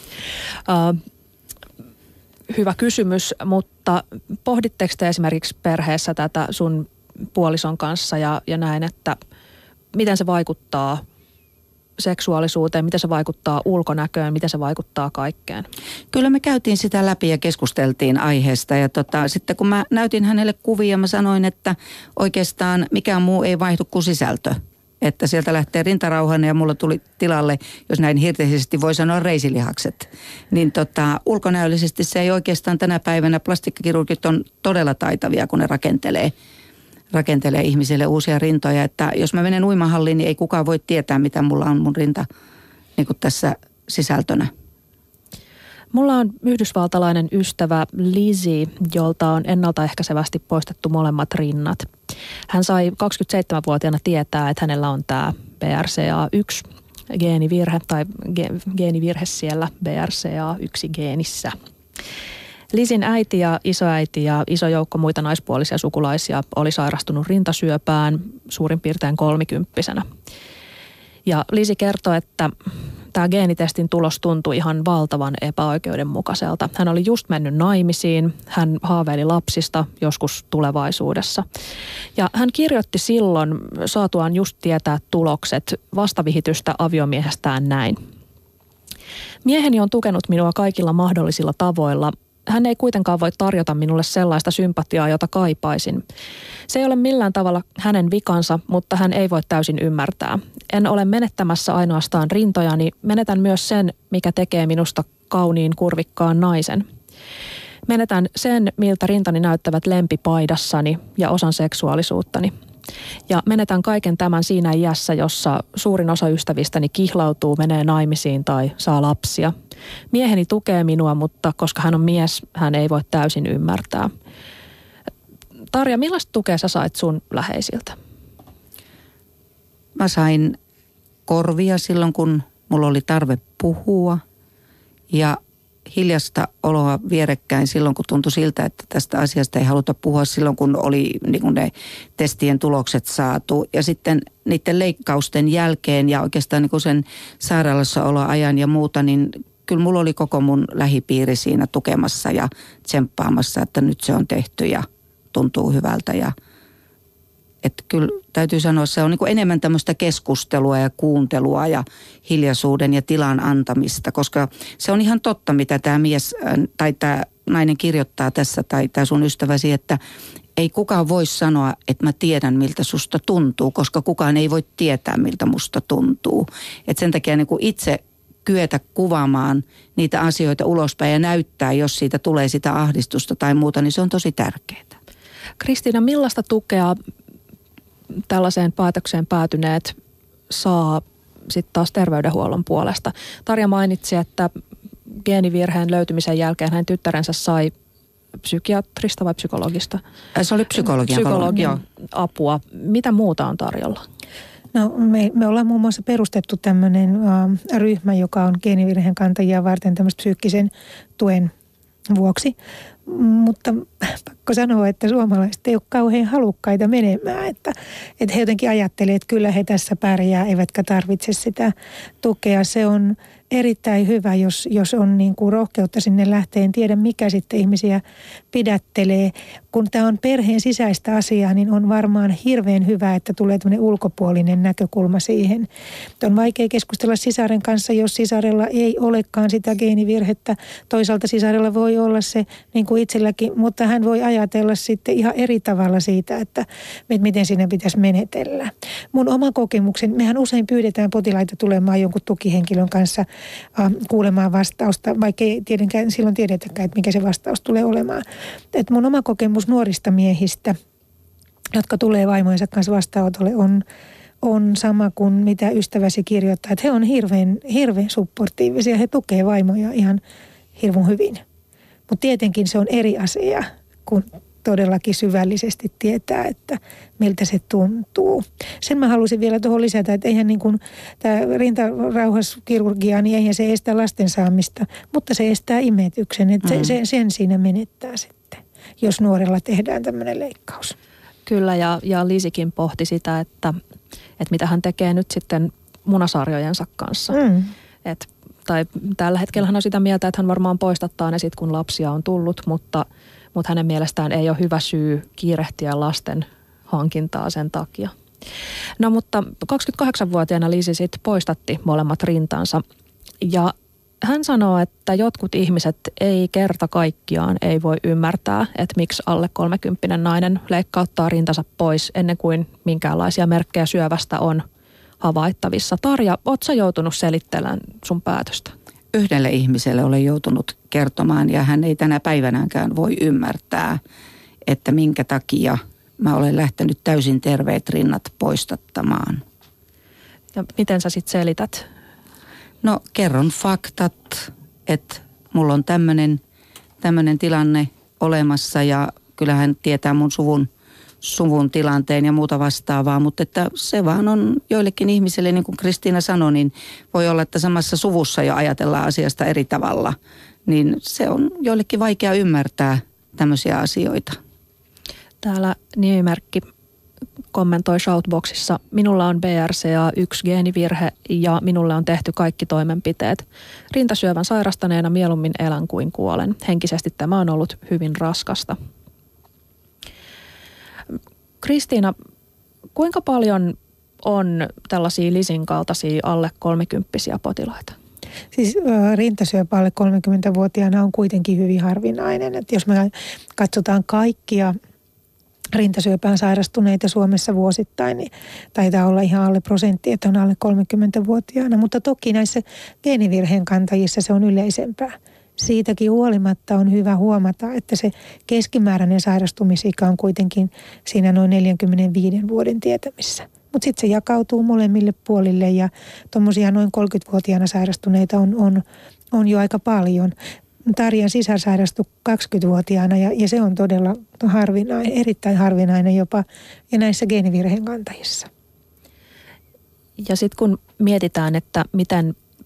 hyvä kysymys, mutta pohditteko te esimerkiksi perheessä tätä sun puolison kanssa ja näin, että miten se vaikuttaa seksuaalisuuteen, miten se vaikuttaa ulkonäköön, miten se vaikuttaa kaikkeen? Kyllä me käytiin sitä läpi ja keskusteltiin aiheesta ja sitten kun mä näytin hänelle kuvia, mä sanoin, että oikeastaan mikään muu ei vaihdu kuin sisältö. Että sieltä lähtee rintarauhan ja mulla tuli tilalle, jos näin hirteisesti voi sanoa, reisilihakset. Niin ulkonäöllisesti se ei oikeastaan tänä päivänä, plastikkakirurgit on todella taitavia, kun ne rakentelee ihmisille uusia rintoja. Että jos mä menen uimahalliin, niin ei kukaan voi tietää, mitä mulla on mun rinta niin kuin tässä sisältönä. Mulla on yhdysvaltalainen ystävä Lizzie, jolta on ennaltaehkäisevästi poistettu molemmat rinnat. Hän sai 27-vuotiaana tietää, että hänellä on tämä BRCA1 geenivirhe tai geenivirhe siellä BRCA1-geenissä. Lisin äiti ja isoäiti ja iso joukko muita naispuolisia sukulaisia oli sairastunut rintasyöpään suurin piirtein 30-vuotiaana. Ja Lisi kertoi, että tämä geenitestin tulos tuntui ihan valtavan epäoikeudenmukaiselta. Hän oli just mennyt naimisiin, hän haaveili lapsista joskus tulevaisuudessa. Ja hän kirjoitti silloin saatuaan just tietää tulokset vastavihitystä aviomiehestään näin. Mieheni on tukenut minua kaikilla mahdollisilla tavoilla. Hän ei kuitenkaan voi tarjota minulle sellaista sympatiaa, jota kaipaisin. Se ei ole millään tavalla hänen vikansa, mutta hän ei voi täysin ymmärtää. En ole menettämässä ainoastaan rintojani, menetän myös sen, mikä tekee minusta kauniin kurvikkaan naisen. Menetän sen, miltä rintani näyttävät lempipaidassani ja osan seksuaalisuuttani. Ja menetän kaiken tämän siinä iässä, jossa suurin osa ystävistäni kihlautuu, menee naimisiin tai saa lapsia. Mieheni tukee minua, mutta koska hän on mies, hän ei voi täysin ymmärtää. Tarja, millaista tukea sä sait sun läheisiltä? Mä sain korvia silloin, kun mulla oli tarve puhua. Ja hiljasta oloa vierekkäin silloin, kun tuntui siltä, että tästä asiasta ei haluta puhua silloin, kun oli niin kuin ne testien tulokset saatu. Ja sitten niiden leikkausten jälkeen ja oikeastaan niin kuin sen sairaalassa oloajan ja muuta, niin kyllä mulla oli koko mun lähipiiri siinä tukemassa ja tsemppaamassa, että nyt se on tehty ja tuntuu hyvältä. Ja että kyllä täytyy sanoa, että se on niin kuin enemmän tämmöistä keskustelua ja kuuntelua ja hiljaisuuden ja tilan antamista, koska se on ihan totta, mitä tämä mies tai tämä nainen kirjoittaa tässä tai tämä sun ystäväsi, että ei kukaan voi sanoa, että mä tiedän, miltä susta tuntuu, koska kukaan ei voi tietää, miltä musta tuntuu. Että sen takia niin kuin itse kyetä kuvaamaan niitä asioita ulospäin ja näyttää, jos siitä tulee sitä ahdistusta tai muuta, niin se on tosi tärkeää. Kristiina, millaista tukea tällaiseen päätökseen päätyneet saa sitten taas terveydenhuollon puolesta? Tarja mainitsi, että geenivirheen löytymisen jälkeen hänen tyttärensä sai psykiatrista vai psykologista? Se oli psykologian apua. Mitä muuta on tarjolla? No me ollaan muun muassa perustettu tämmöinen ryhmä, joka on geenivirheen kantajia varten tämmöistä psyykkisen tuen vuoksi. Mutta pakko sanoa, että suomalaiset ei ole kauhean halukkaita menemään, että he jotenkin ajattelee, että kyllä he tässä pärjää, eivätkä tarvitse sitä tukea. Se on erittäin hyvä, jos on niin kuin rohkeutta sinne lähteä. En tiedä, mikä sitten ihmisiä pidättelee. Kun tämä on perheen sisäistä asiaa, niin on varmaan hirveän hyvä, että tulee tämmöinen ulkopuolinen näkökulma siihen. On vaikea keskustella sisaren kanssa, jos sisarella ei olekaan sitä geenivirhettä. Toisaalta sisarella voi olla se niin kuin itselläkin, mutta hän voi ajatella sitten ihan eri tavalla siitä, että miten siinä pitäisi menetellä. Mun oma kokemukseni, mehän usein pyydetään potilaita tulemaan jonkun tukihenkilön kanssa kuulemaan vastausta, vaikka ei tietenkään silloin tiedetäkään, että mikä se vastaus tulee olemaan. Et mun oma kokemus nuorista miehistä, jotka tulee vaimojensa kanssa vastaanotolle, on sama kuin mitä ystäväsi kirjoittaa. Että he on hirveän supportiivisia, he tukee vaimoja ihan hirveän hyvin. Mutta tietenkin se on eri asia, kun todellakin syvällisesti tietää, että miltä se tuntuu. Sen mä halusin vielä tuohon lisätä, että eihän niin kuin tämä rintarauhaskirurgia, niin eihän se estä lasten saamista, mutta se estää imetyksen, että sen siinä menettää sitten, jos nuorella tehdään tämmöinen leikkaus. Kyllä, ja Liisikin pohti sitä, että mitä hän tekee nyt sitten munasarjojensa kanssa. Tai tällä hetkellä hän on sitä mieltä, että hän varmaan poistattaa ne sitten, kun lapsia on tullut, mutta hänen mielestään ei ole hyvä syy kiirehtiä lasten hankintaa sen takia. No mutta 28-vuotiaana Liisi sitten poistatti molemmat rintansa ja hän sanoo, että jotkut ihmiset ei kerta kaikkiaan ei voi ymmärtää, että miksi alle 30 nainen leikkauttaa rintansa pois ennen kuin minkäänlaisia merkkejä syövästä on havaittavissa. Tarja, ootko sä joutunut selittelemään sun päätöstä? Yhdelle ihmiselle olen joutunut kertomaan ja hän ei tänä päivänäänkään voi ymmärtää, että minkä takia mä olen lähtenyt täysin terveet rinnat poistattamaan. Ja miten sä sitten selität? No kerron faktat, että mulla on tämmöinen tilanne olemassa ja kyllähän tietää mun suvun tilanteen ja muuta vastaavaa, mutta että se vaan on joillekin ihmisille, niin kuin Kristiina sanoi, niin voi olla, että samassa suvussa jo ajatellaan asiasta eri tavalla. Niin se on joillekin vaikea ymmärtää tämmöisiä asioita. Täällä nimimerkki kommentoi shoutboxissa, minulla on BRCA1 geenivirhe ja minulle on tehty kaikki toimenpiteet. Rintasyövän sairastaneena mieluummin elän kuin kuolen. Henkisesti tämä on ollut hyvin raskasta. Kristiina, kuinka paljon on tällaisia Lisin kaltaisia alle 30-vuotiaita potilaita? Siis rintasyöpä alle 30-vuotiaana on kuitenkin hyvin harvinainen. Että jos me katsotaan kaikkia rintasyöpään sairastuneita Suomessa vuosittain, niin taitaa olla ihan alle 1%, että on alle 30-vuotiaana. Mutta toki näissä geenivirheen kantajissa se on yleisempää. Siitäkin huolimatta on hyvä huomata, että se keskimääräinen sairastumisikä on kuitenkin siinä noin 45 vuoden tietämissä. Mutta sitten se jakautuu molemmille puolille ja tuommoisia noin 30-vuotiaana sairastuneita on jo aika paljon. Tarjan sisar sairastui 20-vuotiaana ja se on todella harvinainen, erittäin harvinainen jopa ja näissä geenivirheen kantajissa. Ja sitten kun mietitään, että miten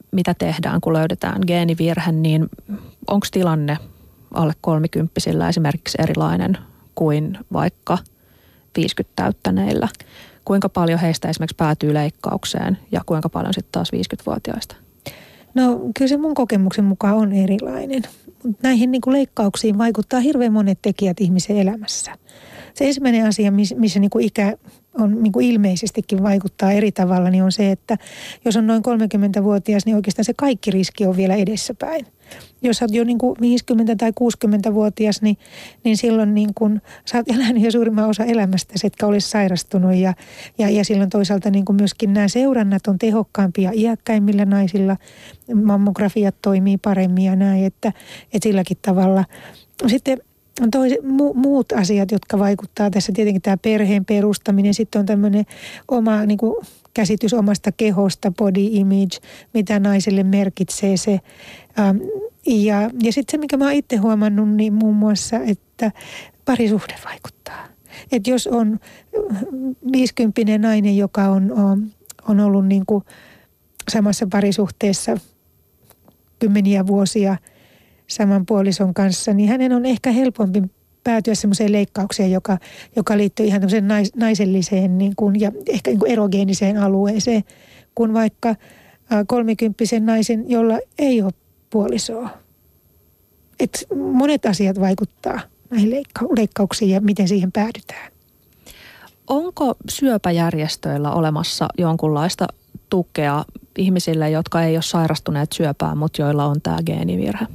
mitä tehdään, kun löydetään geenivirhe, niin onko tilanne alle 30-vuotiailla esimerkiksi erilainen kuin vaikka 50 täyttäneillä? Kuinka paljon heistä esimerkiksi päätyy leikkaukseen ja kuinka paljon sitten taas 50-vuotiaista? No kyllä se mun kokemuksen mukaan on erilainen. Näihin niin kuin leikkauksiin vaikuttaa hirveän monet tekijät ihmisen elämässä. Se ensimmäinen asia, missä niin kuin ikä on niin kuin ilmeisestikin vaikuttaa eri tavalla, niin on se, että jos on noin 30-vuotias, niin oikeastaan se kaikki riski on vielä edessäpäin. Jos olet jo niin kuin 50- tai 60-vuotias, niin silloin niin kuin, sä oot elänyt jo suurimman osa elämästäsi, etkä olisi sairastunut. Ja silloin toisaalta niin kuin myöskin nämä seurannat on tehokkaampia iäkkäimmillä naisilla. Mammografiat toimii paremmin ja näin, että silläkin tavalla. Sitten muut asiat, jotka vaikuttaa tässä, tietenkin tämä perheen perustaminen, sitten on tämmöinen oma niin kuin käsitys omasta kehosta, body image, mitä naiselle merkitsee se. Ja sitten se, mikä mä oon itse huomannut, niin muun muassa, että parisuhde vaikuttaa. Että jos on 50 nainen, joka on ollut niin kuin samassa parisuhteessa kymmeniä vuosia saman puolison kanssa, niin hänen on ehkä helpompi päätyä semmoiseen leikkaukseen, joka liittyy ihan tämmöiseen naiselliseen niin kuin, ja ehkä niin kuin erogeeniseen alueeseen, kuin vaikka 30 naisen, jolla ei ole puolisoa. Et monet asiat vaikuttaa näihin leikkauksiin ja miten siihen päädytään. Onko syöpäjärjestöillä olemassa jonkunlaista tukea ihmisille, jotka ei ole sairastuneet syöpään, mutta joilla on tämä geenivirhe?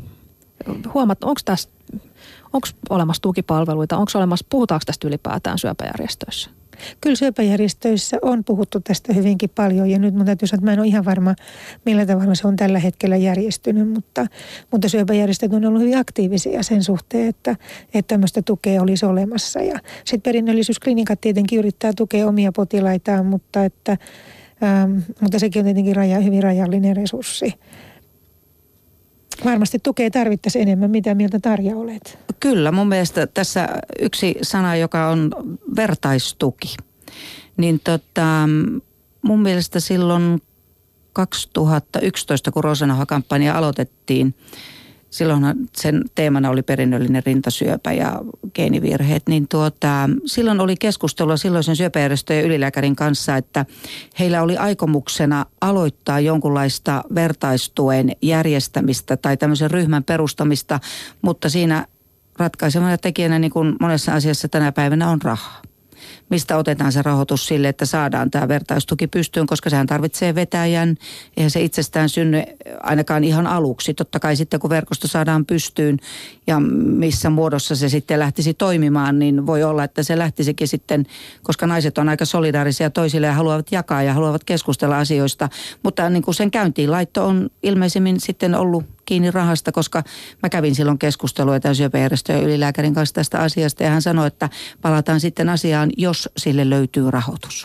Onko olemassa tukipalveluita? Puhutaanko tästä ylipäätään syöpäjärjestöissä? Kyllä syöpäjärjestöissä on puhuttu tästä hyvinkin paljon ja nyt mun täytyy sanoa, että mä en ole ihan varma, millä tavalla se on tällä hetkellä järjestynyt, mutta syöpäjärjestöt on ollut hyvin aktiivisia sen suhteen, että tämmöistä tukea olisi olemassa. Ja sitten perinnöllisyysklinikat tietenkin yrittää tukea omia potilaitaan, mutta sekin on tietenkin hyvin rajallinen resurssi. Varmasti tukea tarvittaisiin enemmän. Mitä mieltä Tarja olet? Kyllä, mun mielestä tässä yksi sana, joka on vertaistuki. Niin mun mielestä silloin 2011, kun Rosenauha-kampanja aloitettiin, silloinhan sen teemana oli perinnöllinen rintasyöpä ja geenivirheet, niin silloin oli keskustelua silloisen syöpäjärjestöjen ylilääkärin kanssa, että heillä oli aikomuksena aloittaa jonkunlaista vertaistuen järjestämistä tai tämmöisen ryhmän perustamista, mutta siinä ratkaisevana tekijänä niin kuin monessa asiassa tänä päivänä on rahaa. Mistä otetaan se rahoitus sille, että saadaan tämä vertaistuki pystyyn, koska sehän tarvitsee vetäjän. Eihän se itsestään synny ainakaan ihan aluksi. Totta kai sitten kun verkosto saadaan pystyyn ja missä muodossa se sitten lähtisi toimimaan, niin voi olla, että se lähtisikin sitten, koska naiset on aika solidaarisia toisille ja haluavat jakaa ja haluavat keskustella asioista. Mutta niin kuin sen käyntiin laitto on ilmeisemmin sitten ollut kiinni rahasta, koska mä kävin silloin keskustelua tämän syöpäjärjestöjen ylilääkärin kanssa tästä asiasta ja hän sanoi, että palataan sitten asiaan, jos sille löytyy rahoitus.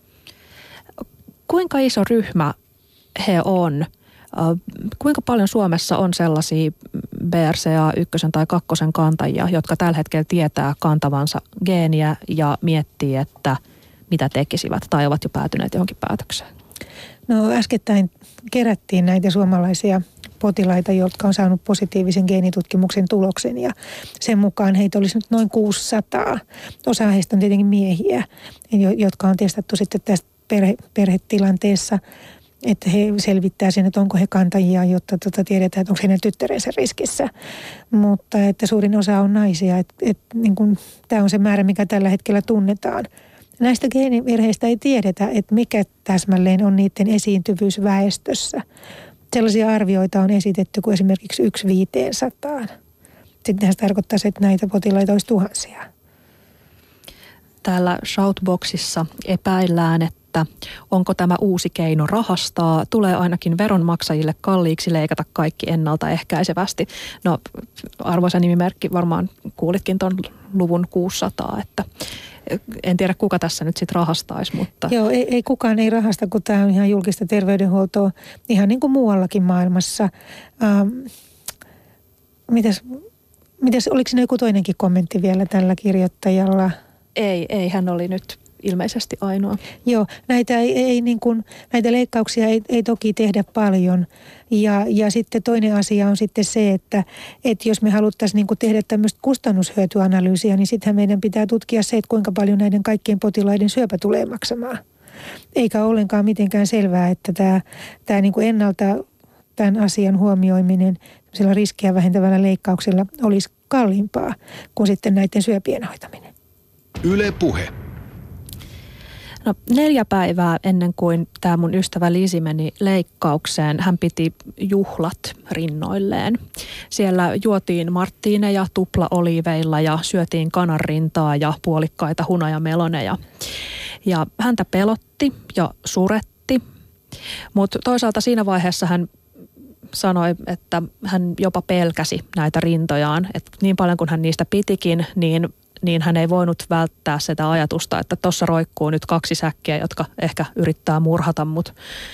Kuinka iso ryhmä he on? Kuinka paljon Suomessa on sellaisia BRCA1 tai 2 kantajia, jotka tällä hetkellä tietää kantavansa geeniä ja miettii, että mitä tekisivät tai ovat jo päätyneet johonkin päätökseen? No äskettäin kerättiin näitä suomalaisia potilaita, jotka on saanut positiivisen geenitutkimuksen tuloksen ja sen mukaan heitä olisi nyt noin 600. Osa heistä on tietenkin miehiä, jotka on testattu sitten tässä perhetilanteessa, että he selvittää sen, että onko he kantajia, jotta tiedetään, että onko heidän tyttärensä riskissä. Mutta että suurin osa on naisia, että niin kuin, tämä on se määrä, mikä tällä hetkellä tunnetaan. Näistä geenivirheistä ei tiedetä, että mikä täsmälleen on niiden esiintyvyys väestössä. Sellaisia arvioita on esitetty kuin esimerkiksi 1/500. Sittenhän se tarkoittaisi, että näitä potilaita olisi tuhansia. Täällä Shoutboxissa epäillään, että onko tämä uusi keino rahastaa. Tulee ainakin veronmaksajille kalliiksi leikata kaikki ennaltaehkäisevästi. No arvoisa nimimerkki, varmaan kuulitkin tuon luvun 600, että en tiedä kuka tässä nyt sitten rahastaisi, mutta... Joo, ei kukaan ei rahasta, kun tämä on ihan julkista terveydenhuoltoa, ihan niin kuin muuallakin maailmassa. Mitäs, oliko siinä joku toinenkin kommentti vielä tällä kirjoittajalla? Ei, hän oli nyt ilmeisesti ainoa. Joo, näitä leikkauksia ei toki tehdä paljon. Ja sitten toinen asia on sitten se, että jos me haluttaisiin niin kuin tehdä tämmöistä kustannushyötyanalyysiä, niin sittenhän meidän pitää tutkia se, että kuinka paljon näiden kaikkien potilaiden syöpä tulee maksamaan. Eikä ollenkaan mitenkään selvää, että tämä niin kuin ennalta tämän asian huomioiminen sillä riskiä vähentävällä leikkauksella olisi kalliimpaa kuin sitten näiden syöpien hoitaminen. Yle Puhe. No 4 päivää ennen kuin tämä mun ystävä Liisi meni leikkaukseen, hän piti juhlat rinnoilleen. Siellä juotiin marttiineja tuplaoliiveilla ja syötiin kananrintaa ja puolikkaita hunajameloneja. Ja häntä pelotti ja suretti, mutta toisaalta siinä vaiheessa hän sanoi, että hän jopa pelkäsi näitä rintojaan. Että niin paljon kuin hän niistä pitikin, niin hän ei voinut välttää sitä ajatusta, että tuossa roikkuu nyt 2 säkkiä, jotka ehkä yrittää murhata mut.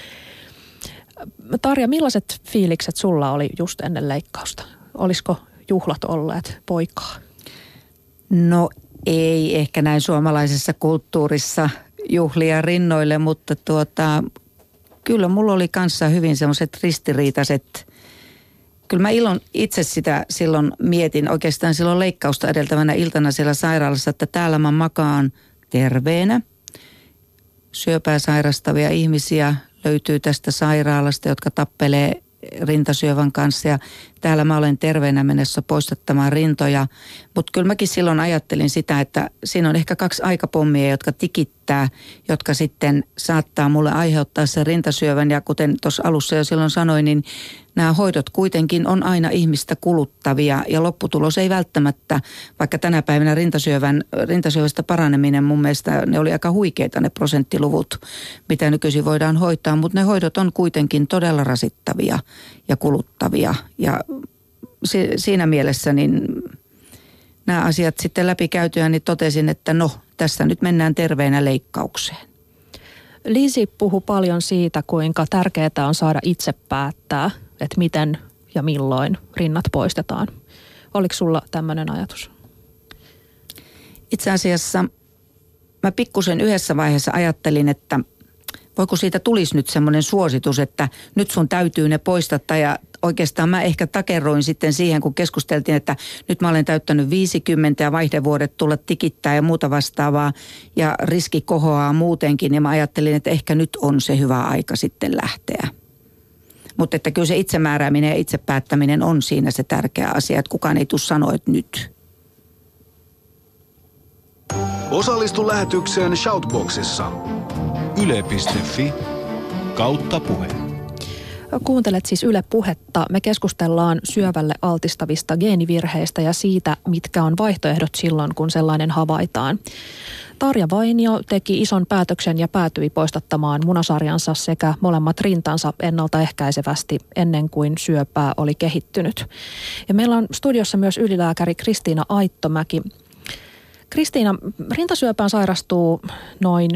Tarja, millaiset fiilikset sulla oli just ennen leikkausta? Olisiko juhlat olleet poikaa? No ei ehkä näin suomalaisessa kulttuurissa juhlia rinnoille, mutta kyllä mulla oli kanssa hyvin semmoiset ristiriitaiset. Kyllä mä itse sitä silloin mietin oikeastaan silloin leikkausta edeltävänä iltana siellä sairaalassa, että täällä mä makaan terveenä. Syöpää sairastavia ihmisiä löytyy tästä sairaalasta, jotka tappelee rintasyövän kanssa ja täällä mä olen terveenä mennessä poistattamaan rintoja. Mutta kyllä mäkin silloin ajattelin sitä, että siinä on ehkä 2 aikapommia, jotka tikittää, jotka sitten saattaa mulle aiheuttaa sen rintasyövän. Ja kuten tuossa alussa jo silloin sanoin, niin nämä hoidot kuitenkin on aina ihmistä kuluttavia ja lopputulos ei välttämättä, vaikka tänä päivänä rintasyövästä paraneminen mun mielestä ne oli aika huikeita ne prosenttiluvut, mitä nykyisin voidaan hoitaa, mutta ne hoidot on kuitenkin todella rasittavia ja kuluttavia ja siinä mielessä niin nämä asiat sitten läpikäytyä, niin totesin, että no tässä nyt mennään terveenä leikkaukseen. Liisi puhui paljon siitä, kuinka tärkeää on saada itse päättää, että miten ja milloin rinnat poistetaan. Oliko sulla tämmöinen ajatus? Itse asiassa mä pikkusen yhdessä vaiheessa ajattelin, että voiko siitä tulisi nyt semmoinen suositus, että nyt sun täytyy ne poistattaa ja oikeastaan mä ehkä takerroin sitten siihen, kun keskusteltiin, että nyt mä olen täyttänyt 50 ja vaihdevuodet tulla tikittää ja muuta vastaavaa ja riski kohoaa muutenkin ja mä ajattelin, että ehkä nyt on se hyvä aika sitten lähteä. Mutta että kyllä se itsemäärääminen ja itsepäättäminen on siinä se tärkeä asia, että kukaan ei tule sanoa, että nyt. Osallistu lähetykseen Shoutboxissa. yle.fi/puhe. Kuuntelet siis Yle Puhetta. Me keskustellaan syövälle altistavista geenivirheistä ja siitä, mitkä on vaihtoehdot silloin, kun sellainen havaitaan. Tarja Vainio teki ison päätöksen ja päätyi poistattamaan munasarjansa sekä molemmat rintansa ennaltaehkäisevästi ennen kuin syöpää oli kehittynyt. Ja meillä on studiossa myös ylilääkäri Kristiina Aittomäki. Kristiina, rintasyöpään sairastuu noin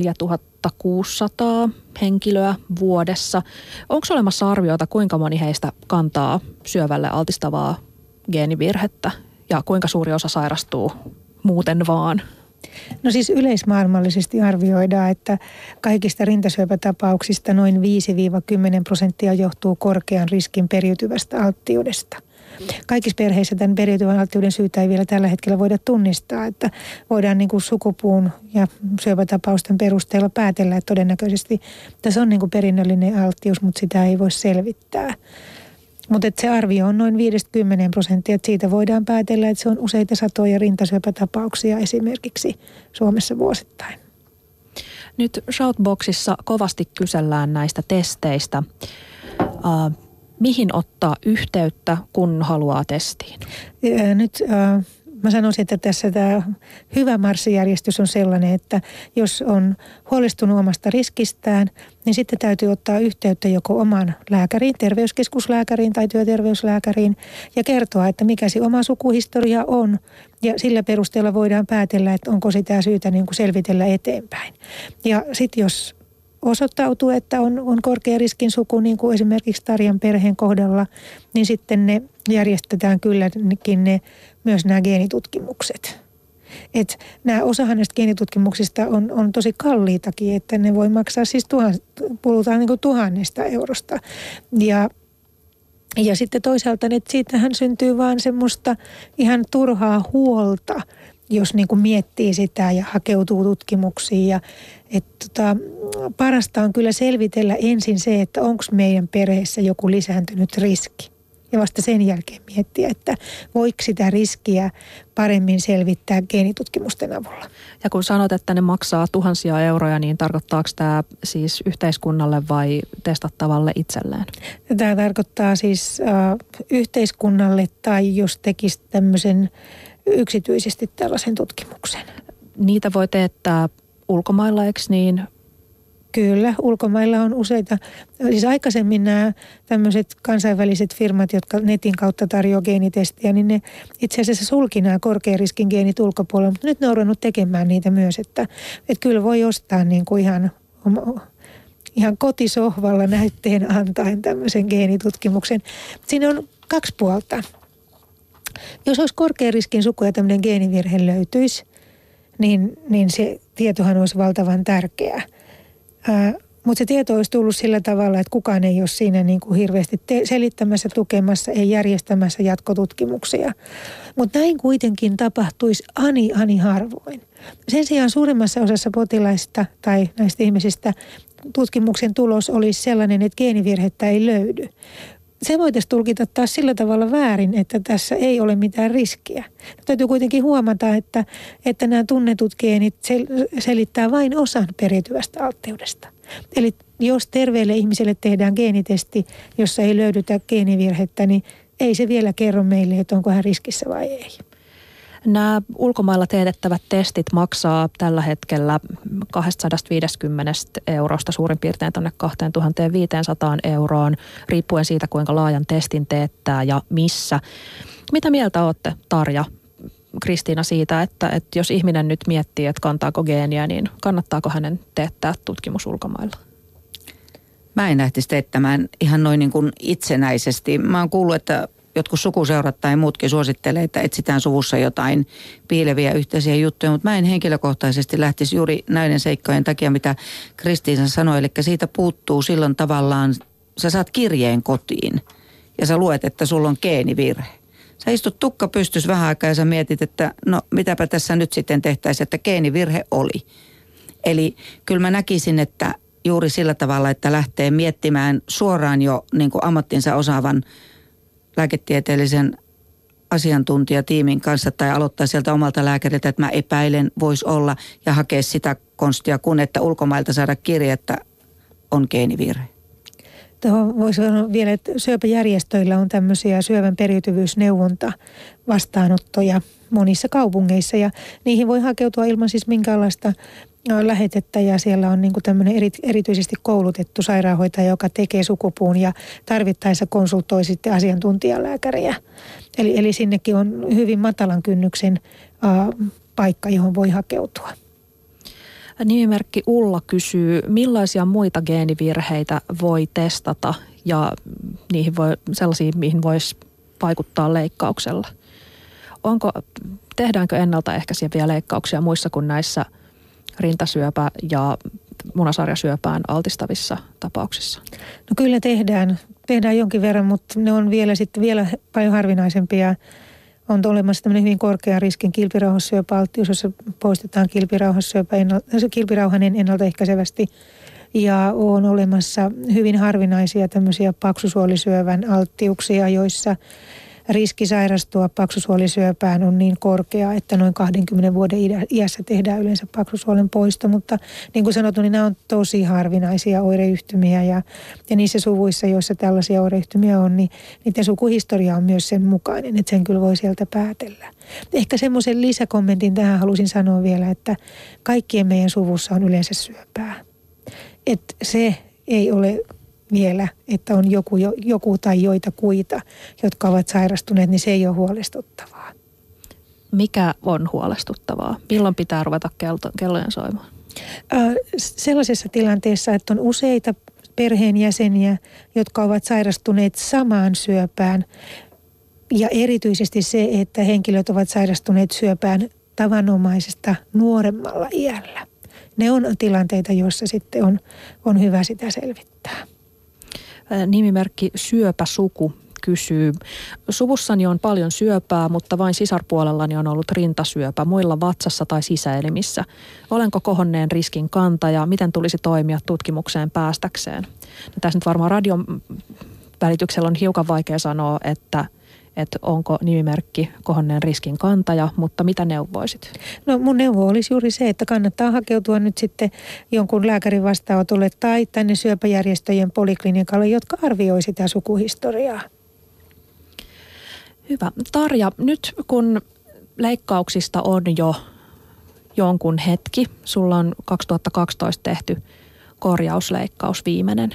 4600 henkilöä vuodessa. Onko olemassa arviota, kuinka moni heistä kantaa syövälle altistavaa geenivirhettä ja kuinka suuri osa sairastuu muuten vaan? No siis yleismaailmallisesti arvioidaan, että kaikista rintasyöpätapauksista noin 5-10% johtuu korkean riskin periytyvästä alttiudesta. Kaikissa perheissä tämän periytyvän alttiuden syytä ei vielä tällä hetkellä voida tunnistaa, että voidaan niin kuin sukupuun ja syöpätapausten perusteella päätellä, että todennäköisesti tässä on niin kuin perinnöllinen alttius, mutta sitä ei voi selvittää. Mutta se arvio on noin 5-10%, että siitä voidaan päätellä, että se on useita satoja rintasyöpätapauksia esimerkiksi Suomessa vuosittain. Nyt Shoutboxissa kovasti kysellään näistä testeistä. Mihin ottaa yhteyttä, kun haluaa testiin? Nyt mä sanoisin, että tässä tämä hyvä marssijärjestys on sellainen, että jos on huolestunut omasta riskistään, niin sitten täytyy ottaa yhteyttä joko oman lääkäriin, terveyskeskuslääkäriin tai työterveyslääkäriin ja kertoa, että mikä se oma sukuhistoria on. Ja sillä perusteella voidaan päätellä, että onko sitä syytä niin kuin selvitellä eteenpäin. Ja sitten jos osoittautuu, että on korkea riskin suku, niin kuin esimerkiksi Tarjan perheen kohdalla, niin sitten ne järjestetään kylläkin myös nämä geenitutkimukset. Että nämä osahan näistä geenitutkimuksista on tosi kalliitakin, että ne voi maksaa siis puhutaan niin kuin 1,000 eurosta. Ja sitten toisaalta, että siitähän syntyy vaan semmoista ihan turhaa huolta, jos niin kuin miettii sitä ja hakeutuu tutkimuksiin. Ja, parasta on kyllä selvitellä ensin se, että onko meidän perheessä joku lisääntynyt riski. Ja vasta sen jälkeen miettiä, että voiko sitä riskiä paremmin selvittää geenitutkimusten avulla. Ja kun sanot, että ne maksaa tuhansia euroja, niin tarkoittaako tämä siis yhteiskunnalle vai testattavalle itselleen? Tämä tarkoittaa siis yhteiskunnalle tai jos tekisi tämmöisen yksityisesti tällaisen tutkimuksen. Niitä voi teettää ulkomailla, eikö niin? Kyllä, ulkomailla on useita. Siis aikaisemmin nämä tämmöiset kansainväliset firmat, jotka netin kautta tarjoaa geenitestiä, niin ne itse asiassa sulki nämä korkean riskin geenit ulkopuolella, mutta nyt ne on ruvennut tekemään niitä myös, että kyllä voi ostaa niin kuin ihan kotisohvalla näytteen antaen tämmöisen geenitutkimuksen. Siinä on 2 puolta. Jos olisi korkean riskin suku ja tämmöinen geenivirhe löytyisi, niin se tietohan olisi valtavan tärkeää. Mutta se tieto olisi tullut sillä tavalla, että kukaan ei ole siinä niin kuin hirveästi selittämässä, tukemassa, ei järjestämässä jatkotutkimuksia. Mutta näin kuitenkin tapahtuisi ani harvoin. Sen sijaan suurimmassa osassa potilaista tai näistä ihmisistä tutkimuksen tulos olisi sellainen, että geenivirhettä ei löydy. Se voitaisiin tulkita taas sillä tavalla väärin, että tässä ei ole mitään riskiä. Täytyy kuitenkin huomata, että nämä tunnetut geenit selittää vain osan periytyvästä altteudesta. Eli jos terveelle ihmiselle tehdään geenitesti, jossa ei löydytä geenivirhettä, niin ei se vielä kerro meille, että onko hän riskissä vai ei. Nämä ulkomailla teetettävät testit maksaa tällä hetkellä 250 eurosta suurin piirtein tuonne 2500 euroon, riippuen siitä, kuinka laajan testin teettää ja missä. Mitä mieltä olette, Tarja, Kristiina, siitä, että jos ihminen nyt miettii, että kantaako geeniä, niin kannattaako hänen teettää tutkimus ulkomailla? Mä en lähtisi teettämään ihan noin niin kuin itsenäisesti. Mä oon kuullut, että jotkut sukuseurat tai muutkin suosittelee, että etsitään suvussa jotain piileviä yhteisiä juttuja, mutta mä en henkilökohtaisesti lähtisi juuri näiden seikkojen takia, mitä Kristiina sanoi. Eli siitä puuttuu silloin tavallaan, sä saat kirjeen kotiin ja sä luet, että sulla on geenivirhe. Sä istut tukka pystys vähän aikaa ja sä mietit, että no mitäpä tässä nyt sitten tehtäisiin, että geenivirhe oli. Eli kyllä mä näkisin, että juuri sillä tavalla, että lähtee miettimään suoraan jo niin kuin ammattinsa osaavan lääketieteellisen asiantuntijatiimin kanssa tai aloittaa sieltä omalta lääkäriltä, että mä epäilen, voisi olla ja hakea sitä konstia, kun että ulkomailta saada kirje, että on geenivirhe. Tuohon voisi sanoa vielä, että syöpäjärjestöillä on tämmöisiä syövän periytyvyysneuvonta vastaanottoja monissa kaupungeissa ja niihin voi hakeutua ilman siis minkäänlaista lähetettä ja siellä on niin kuin tämmöinen erityisesti koulutettu sairaanhoitaja, joka tekee sukupuun ja tarvittaessa konsultoi sitten asiantuntijalääkäriä. Eli sinnekin on hyvin matalan kynnyksen paikka, johon voi hakeutua. Nimimerkki Ulla kysyy, millaisia muita geenivirheitä voi testata ja sellaisia, mihin voisi vaikuttaa leikkauksella? Tehdäänkö ennaltaehkäiseviä leikkauksia muissa kuin näissä rintasyöpä- ja munasarjasyöpään altistavissa tapauksissa? No kyllä tehdään jonkin verran, mutta ne on vielä paljon harvinaisempia. On olemassa tämmöinen hyvin korkean riskin kilpirauhassyöpäalttius, jossa poistetaan kilpirauhan ennaltaehkäisevästi. Ja on olemassa hyvin harvinaisia tämmöisiä paksusuolisyövän alttiuksia, joissa riski sairastua paksusuolisyöpään on niin korkea, että noin 20 vuoden iässä tehdään yleensä paksusuolen poisto. Mutta niin kuin sanottu, niin nämä on tosi harvinaisia oireyhtymiä ja niissä suvuissa, joissa tällaisia oireyhtymiä on, niin niiden sukuhistoria on myös sen mukainen, että sen kyllä voi sieltä päätellä. Ehkä semmoisen lisäkommentin tähän halusin sanoa vielä, että kaikkien meidän suvussa on yleensä syöpää. Että se ei ole vielä, että on joku tai joitakuita, jotka ovat sairastuneet, niin se ei ole huolestuttavaa. Mikä on huolestuttavaa? Milloin pitää ruveta kellojen soimaan? Sellaisessa tilanteessa, että on useita perheenjäseniä, jotka ovat sairastuneet samaan syöpään ja erityisesti se, että henkilöt ovat sairastuneet syöpään tavanomaisesta nuoremmalla iällä. Ne on tilanteita, joissa sitten on hyvä sitä selvittää. Nimimerkki Syöpäsuku kysyy. Suvussani on paljon syöpää, mutta vain sisarpuolellani on ollut rintasyöpä, muilla vatsassa tai sisäelimissä. Olenko kohonneen riskin kantaja? Miten tulisi toimia tutkimukseen päästäkseen? No, tässä nyt varmaan radion välityksellä on hiukan vaikea sanoa, että onko nimimerkki kohonneen riskin kantaja, mutta mitä neuvoisit? No mun neuvo olisi juuri se, että kannattaa hakeutua nyt sitten jonkun lääkärin vastaanotolle tai tänne syöpäjärjestöjen poliklinikalle, jotka arvioi sitä sukuhistoriaa. Hyvä. Tarja, nyt kun leikkauksista on jo jonkun hetki, sulla on 2012 tehty korjausleikkaus viimeinen.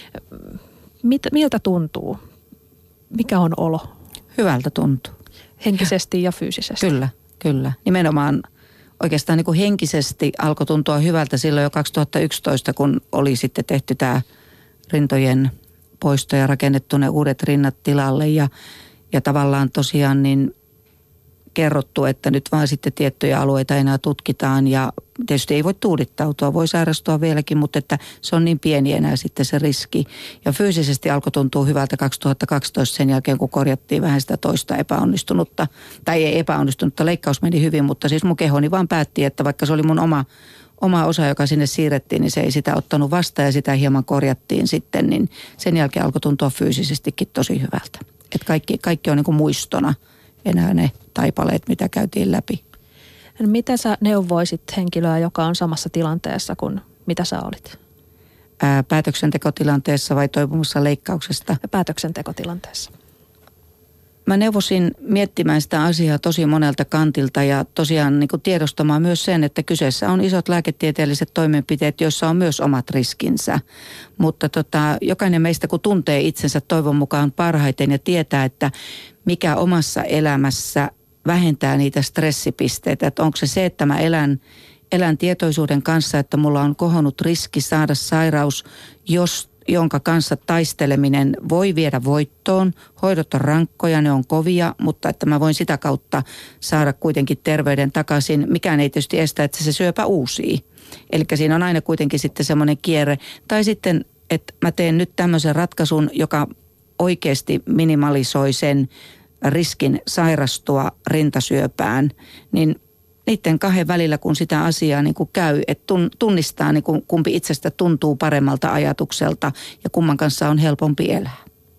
Miltä tuntuu? Mikä on olo? Hyvältä tuntuu. Henkisesti ja fyysisesti? Kyllä. Nimenomaan oikeastaan niin kuin henkisesti alkoi tuntua hyvältä silloin jo 2011, kun oli sitten tehty tämä rintojen poisto ja rakennettu ne uudet rinnat tilalle ja tavallaan tosiaan niin kerrottu, että nyt vaan sitten tiettyjä alueita enää tutkitaan ja tietysti ei voi tuudittautua, voi sairastua vieläkin, mutta että se on niin pieni enää sitten se riski. Ja fyysisesti alkoi tuntua hyvältä 2012 sen jälkeen, kun korjattiin vähän sitä toista epäonnistunutta, tai ei epäonnistunutta, leikkaus meni hyvin, mutta siis mun kehoni vaan päätti, että vaikka se oli mun oma osa, joka sinne siirrettiin, niin se ei sitä ottanut vastaan ja sitä hieman korjattiin sitten, niin sen jälkeen alkoi tuntua fyysisestikin tosi hyvältä. Että kaikki on niin kuin muistona enää ne taipaleet, mitä käytiin läpi. Miten sä neuvoisit henkilöä, joka on samassa tilanteessa kuin mitä sä olit? Päätöksentekotilanteessa vai toipumassa leikkauksesta? Päätöksentekotilanteessa. Mä neuvosin miettimään sitä asiaa tosi monelta kantilta ja tosiaan niin kuin tiedostamaan myös sen, että kyseessä on isot lääketieteelliset toimenpiteet, joissa on myös omat riskinsä. Mutta jokainen meistä kun tuntee itsensä toivon mukaan parhaiten ja tietää, että mikä omassa elämässä vähentää niitä stressipisteitä. Että onko se, että mä elän tietoisuuden kanssa, että mulla on kohonnut riski saada sairaus, jonka kanssa taisteleminen voi viedä voittoon. Hoidot on rankkoja, ne on kovia, mutta että mä voin sitä kautta saada kuitenkin terveyden takaisin. Mikään ei tietysti estä, että se syöpä uusii. Eli siinä on aina kuitenkin sitten semmoinen kierre. Tai sitten, että mä teen nyt tämmöisen ratkaisun, joka oikeasti minimalisoi sen riskin sairastua rintasyöpään, niin niiden kahden välillä, kun sitä asiaa niin kuin käy, että tunnistaa niin kuin kumpi itsestä tuntuu paremmalta ajatukselta ja kumman kanssa on helpompi elää.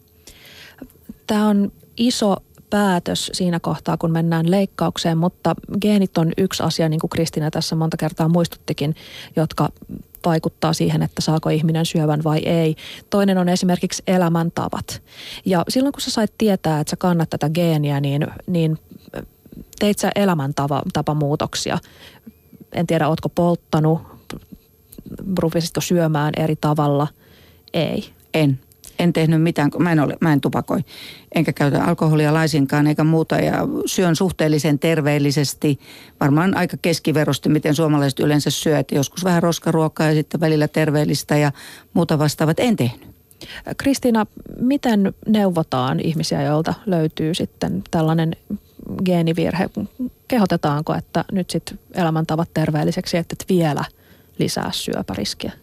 Tämä on iso päätös siinä kohtaa, kun mennään leikkaukseen, mutta geenit on yksi asia, niin kuin Kristiina tässä monta kertaa muistuttikin, jotka vaikuttaa siihen, että saako ihminen syövän vai ei. Toinen on esimerkiksi elämäntavat. Ja silloin, kun sä sait tietää, että sä kannat tätä geeniä, niin teit sä elämäntapamuutoksia. En tiedä, ootko polttanut, rupesitko syömään eri tavalla? Ei. En tehnyt mitään, mä en tupakoi, enkä käytä alkoholia laisinkaan eikä muuta ja syön suhteellisen terveellisesti, varmaan aika keskiverosti, miten suomalaiset yleensä syö, että joskus vähän roskaruokaa ja sitten välillä terveellistä ja muuta vastaavat en tehnyt. Kristiina, miten neuvotaan ihmisiä, joilta löytyy sitten tällainen geenivirhe? Kehotetaanko, että nyt sitten elämäntavat terveelliseksi, että et vielä lisää syöpäriskiä?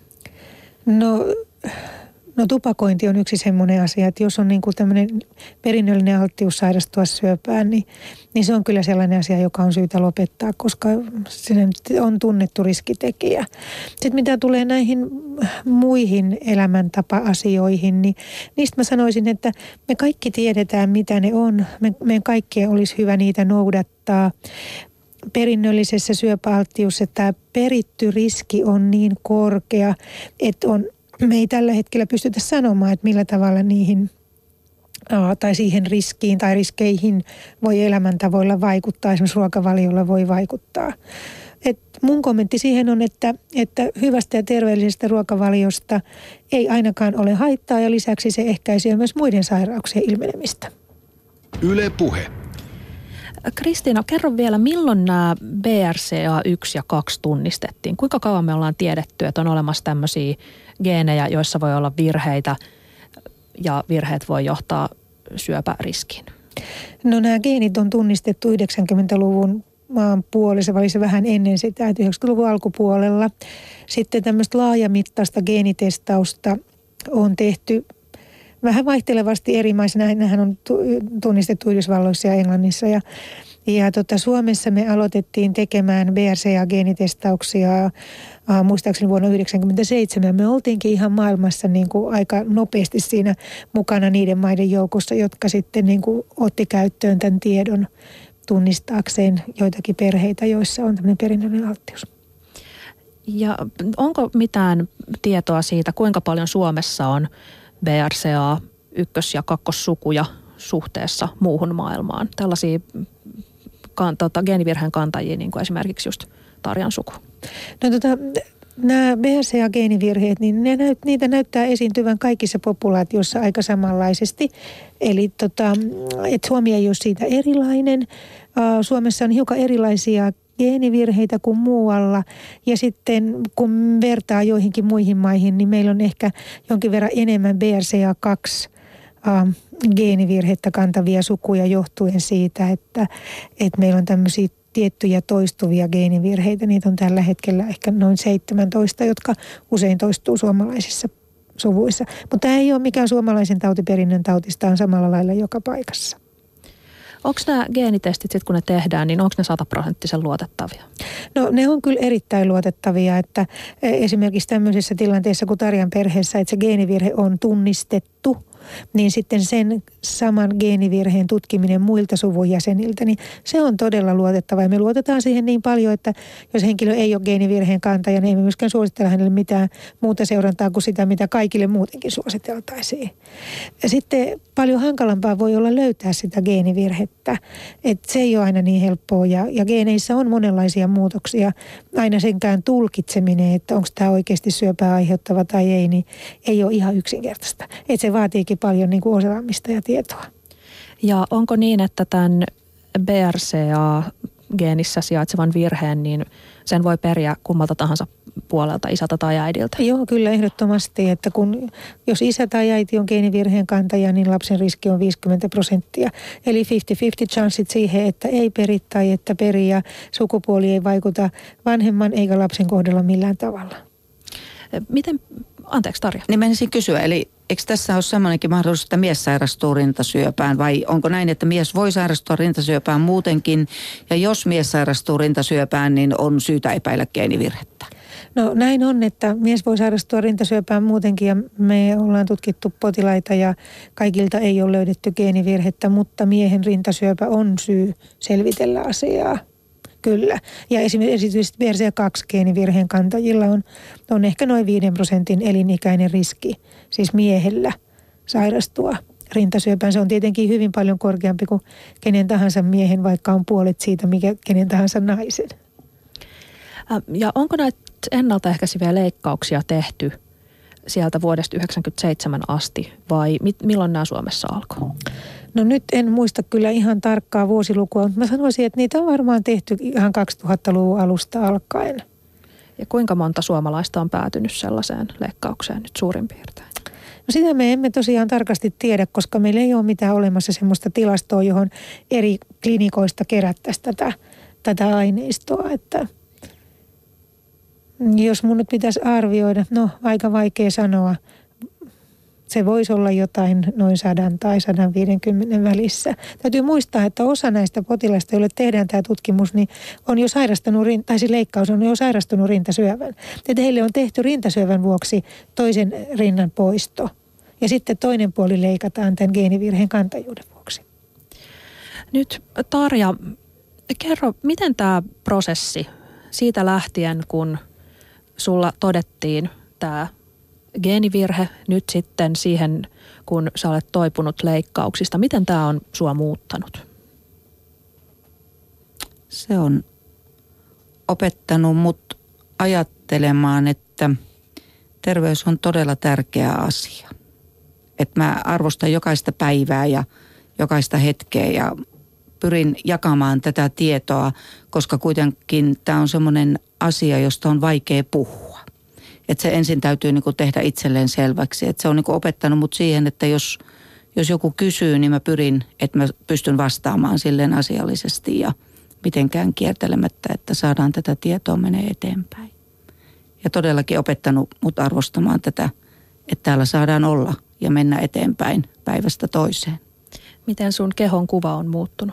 No tupakointi on yksi semmoinen asia, että jos on niin kuin tämmöinen perinnöllinen alttius sairastua syöpään, niin se on kyllä sellainen asia, joka on syytä lopettaa, koska se on tunnettu riskitekijä. Sitten mitä tulee näihin muihin elämäntapa-asioihin, niin niistä mä sanoisin, että me kaikki tiedetään, mitä ne on. Meidän kaikkien olisi hyvä niitä noudattaa. Perinnöllisessä syöpäalttiussa tämä peritty riski on niin korkea, että me ei tällä hetkellä pystytä sanomaan, että millä tavalla niihin tai siihen riskiin tai riskeihin voi elämäntavoilla vaikuttaa, esimerkiksi ruokavaliolla voi vaikuttaa. Et mun kommentti siihen on, että hyvästä ja terveellisestä ruokavaliosta ei ainakaan ole haittaa ja lisäksi se ehkäisee myös muiden sairauksien ilmenemistä. Yle Puhe. Kristiina, kerro vielä, milloin nämä BRCA1 ja 2 tunnistettiin? Kuinka kauan me ollaan tiedetty, että on olemassa tämmöisiä geenejä, joissa voi olla virheitä ja virheet voi johtaa syöpäriskiin? No nämä geenit on tunnistettu 90-luvun maan puolessa, välissä vähän ennen sitä, että 90-luvun alkupuolella. Sitten tämmöistä laajamittaista geenitestausta on tehty vähän vaihtelevasti eri maissa. Nämähän on tunnistettu Yhdysvalloissa ja Englannissa. Ja Suomessa me aloitettiin tekemään BRCA-geenitestauksia muistaakseni vuonna 1997. Me oltiinkin ihan maailmassa niin kuin aika nopeasti siinä mukana niiden maiden joukossa, jotka sitten niin kuin otti käyttöön tämän tiedon tunnistaakseen joitakin perheitä, joissa on tämmöinen perinnöllinen alttius. Ja onko mitään tietoa siitä, kuinka paljon Suomessa on BRCA ykkös- ja kakkossukuja suhteessa muuhun maailmaan? Tällaisia geenivirheen kantajia, niin kuin esimerkiksi just Tarjan suku. No nämä BRCA-geenivirheet, niin niitä näyttää esiintyvän kaikissa populaatioissa aika samanlaisesti. Eli että Suomi ei ole siitä erilainen. Suomessa on hiukan erilaisia geenivirheitä kuin muualla. Ja sitten kun vertaa joihinkin muihin maihin, niin meillä on ehkä jonkin verran enemmän BRCA2 geenivirhettä kantavia sukuja johtuen siitä, että meillä on tämmöisiä tiettyjä toistuvia geenivirheitä. Niitä on tällä hetkellä ehkä noin 17, jotka usein toistuu suomalaisissa suvuissa. Mutta tämä ei ole mikään suomalaisen tautiperinnön tautista, on samalla lailla joka paikassa. Onko nämä geenitestit sitten kun ne tehdään, niin onko ne 100% luotettavia? No ne on kyllä erittäin luotettavia, että esimerkiksi tämmöisessä tilanteessa kuin Tarjan perheessä, että se geenivirhe on tunnistettu, niin sitten sen saman geenivirheen tutkiminen muilta suvun jäseniltä, niin se on todella luotettava. Ja me luotetaan siihen niin paljon, että jos henkilö ei ole geenivirheen kantaja, niin ei me myöskään suositella hänelle mitään muuta seurantaa kuin sitä, mitä kaikille muutenkin suositeltaisiin. Ja sitten paljon hankalampaa voi olla löytää sitä geenivirhettä. Että se ei ole aina niin helppoa ja geeneissä on monenlaisia muutoksia. Aina senkään tulkitseminen, että onko tämä oikeasti syöpää aiheuttava tai ei, niin ei ole ihan yksinkertaista. Että se vaatiikin paljon niin kuin osaamista ja tietoa. Ja onko niin, että tämän BRCA-geenissä sijaitsevan virheen, niin sen voi periä kummalta tahansa puolelta, isältä tai äidiltä? Joo, kyllä ehdottomasti, että jos isä tai äiti on geenivirheen kantaja, niin lapsen riski on 50%. Eli 50-50 chanssit siihen, että ei peri tai että peri ja sukupuoli ei vaikuta vanhemman eikä lapsen kohdalla millään tavalla. Anteeksi Tarja. Niin menisin kysyä, eli eikö tässä ole semmoinenkin mahdollisuus, että mies sairastuu rintasyöpään vai onko näin, että mies voi sairastua rintasyöpään muutenkin ja jos mies sairastuu rintasyöpään, niin on syytä epäillä geenivirhettä? No näin on, että mies voi sairastua rintasyöpään muutenkin ja me ollaan tutkittu potilaita ja kaikilta ei ole löydetty geenivirhettä, mutta miehen rintasyöpä on syy selvitellä asiaa. Kyllä. Ja esimerkiksi BRCA2-geenivirheen kantajilla on ehkä noin 5% elinikäinen riski, siis miehellä sairastua rintasyöpään. Se on tietenkin hyvin paljon korkeampi kuin kenen tahansa miehen, vaikka on puolet siitä, mikä kenen tahansa naisen. Ja onko näitä ennaltaehkäiseviä leikkauksia tehty sieltä vuodesta 1997 asti vai milloin nämä Suomessa alkoi? No nyt en muista kyllä ihan tarkkaa vuosilukua, mutta mä sanoisin, että niitä on varmaan tehty ihan 2000-luvun alusta alkaen. Ja kuinka monta suomalaista on päätynyt sellaiseen leikkaukseen nyt suurin piirtein? No sitä me emme tosiaan tarkasti tiedä, koska meillä ei ole mitään olemassa semmoista tilastoa, johon eri klinikoista kerättäisiin tätä aineistoa. Että jos mun nyt pitäisi arvioida, no aika vaikea sanoa. Se voisi olla jotain noin 100 tai 150 välissä. Täytyy muistaa, että osa näistä potilaista, joille tehdään tämä tutkimus, niin on jo sairastunut, tai se leikkaus on jo sairastunut rintasyövän. Että heille on tehty rintasyövän vuoksi toisen rinnan poisto. Ja sitten toinen puoli leikataan tämän geenivirheen kantajuuden vuoksi. Nyt Tarja, kerro, miten tämä prosessi siitä lähtien, kun sulla todettiin tämä geenivirhe nyt sitten siihen, kun sä olet toipunut leikkauksista. Miten tämä on sua muuttanut? Se on opettanut mut ajattelemaan, että terveys on todella tärkeä asia. Että mä arvostan jokaista päivää ja jokaista hetkeä ja pyrin jakamaan tätä tietoa, koska kuitenkin tämä on semmoinen asia, josta on vaikea puhua. Että se ensin täytyy niinku tehdä itselleen selväksi. Että se on niinku opettanut mut siihen, että jos joku kysyy, niin mä pyrin, että mä pystyn vastaamaan silleen asiallisesti ja mitenkään kiertelemättä, että saadaan tätä tietoa menee eteenpäin. Ja todellakin opettanut mut arvostamaan tätä, että täällä saadaan olla ja mennä eteenpäin päivästä toiseen. Miten sun kehon kuva on muuttunut?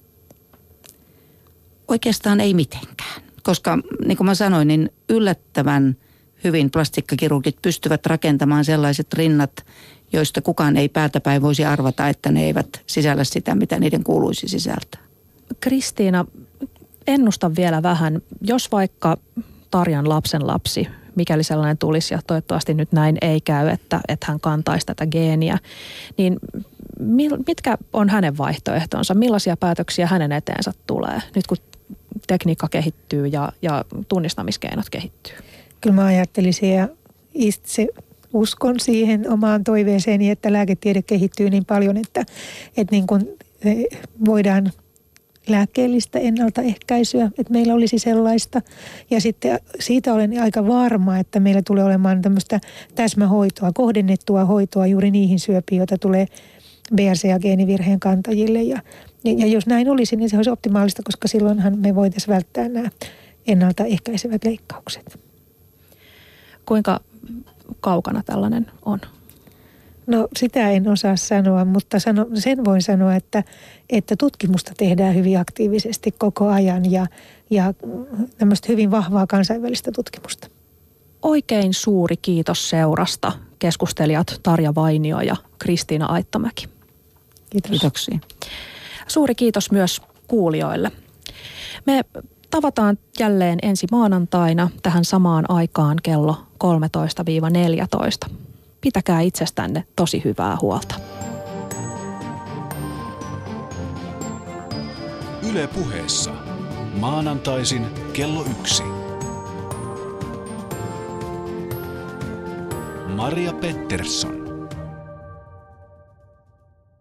Oikeastaan ei mitenkään, koska niin kuin mä sanoin, niin yllättävän hyvin plastikkakirurgit pystyvät rakentamaan sellaiset rinnat, joista kukaan ei päätäpäin voisi arvata, että ne eivät sisällä sitä, mitä niiden kuuluisi sisältää. Kristiina, ennusta vielä vähän, jos vaikka Tarjan lapsenlapsi, mikäli sellainen tulisi ja toivottavasti nyt näin ei käy, että hän kantaisi tätä geeniä, niin mitkä on hänen vaihtoehtonsa? Millaisia päätöksiä hänen eteensä tulee, nyt kun tekniikka kehittyy ja tunnistamiskeinot kehittyy? Kyllä mä ajattelisin ja itse uskon siihen omaan toiveeseeni, että lääketiede kehittyy niin paljon, että niin kuin voidaan lääkkeellistä ennaltaehkäisyä, että meillä olisi sellaista. Ja sitten siitä olen aika varma, että meillä tulee olemaan tämmöistä täsmähoitoa, kohdennettua hoitoa juuri niihin syöpiin, joita tulee BRCA-geenivirheen kantajille. Ja jos näin olisi, niin se olisi optimaalista, koska silloinhan me voitaisiin välttää nämä ennaltaehkäisevät leikkaukset. Kuinka kaukana tällainen on? No sitä en osaa sanoa, mutta sen voin sanoa, että tutkimusta tehdään hyvin aktiivisesti koko ajan ja tämmöistä hyvin vahvaa kansainvälistä tutkimusta. Oikein suuri kiitos seurasta, keskustelijat Tarja Vainio ja Kristiina Aittamäki. Kiitos. Kiitoksia. Suuri kiitos myös kuulijoille. Me tavataan jälleen ensi maanantaina tähän samaan aikaan kello 13-14. Pitäkää itsestänne tosi hyvää huolta. Yle Puheessa. Maanantaisin kello 1. Maria Pettersson.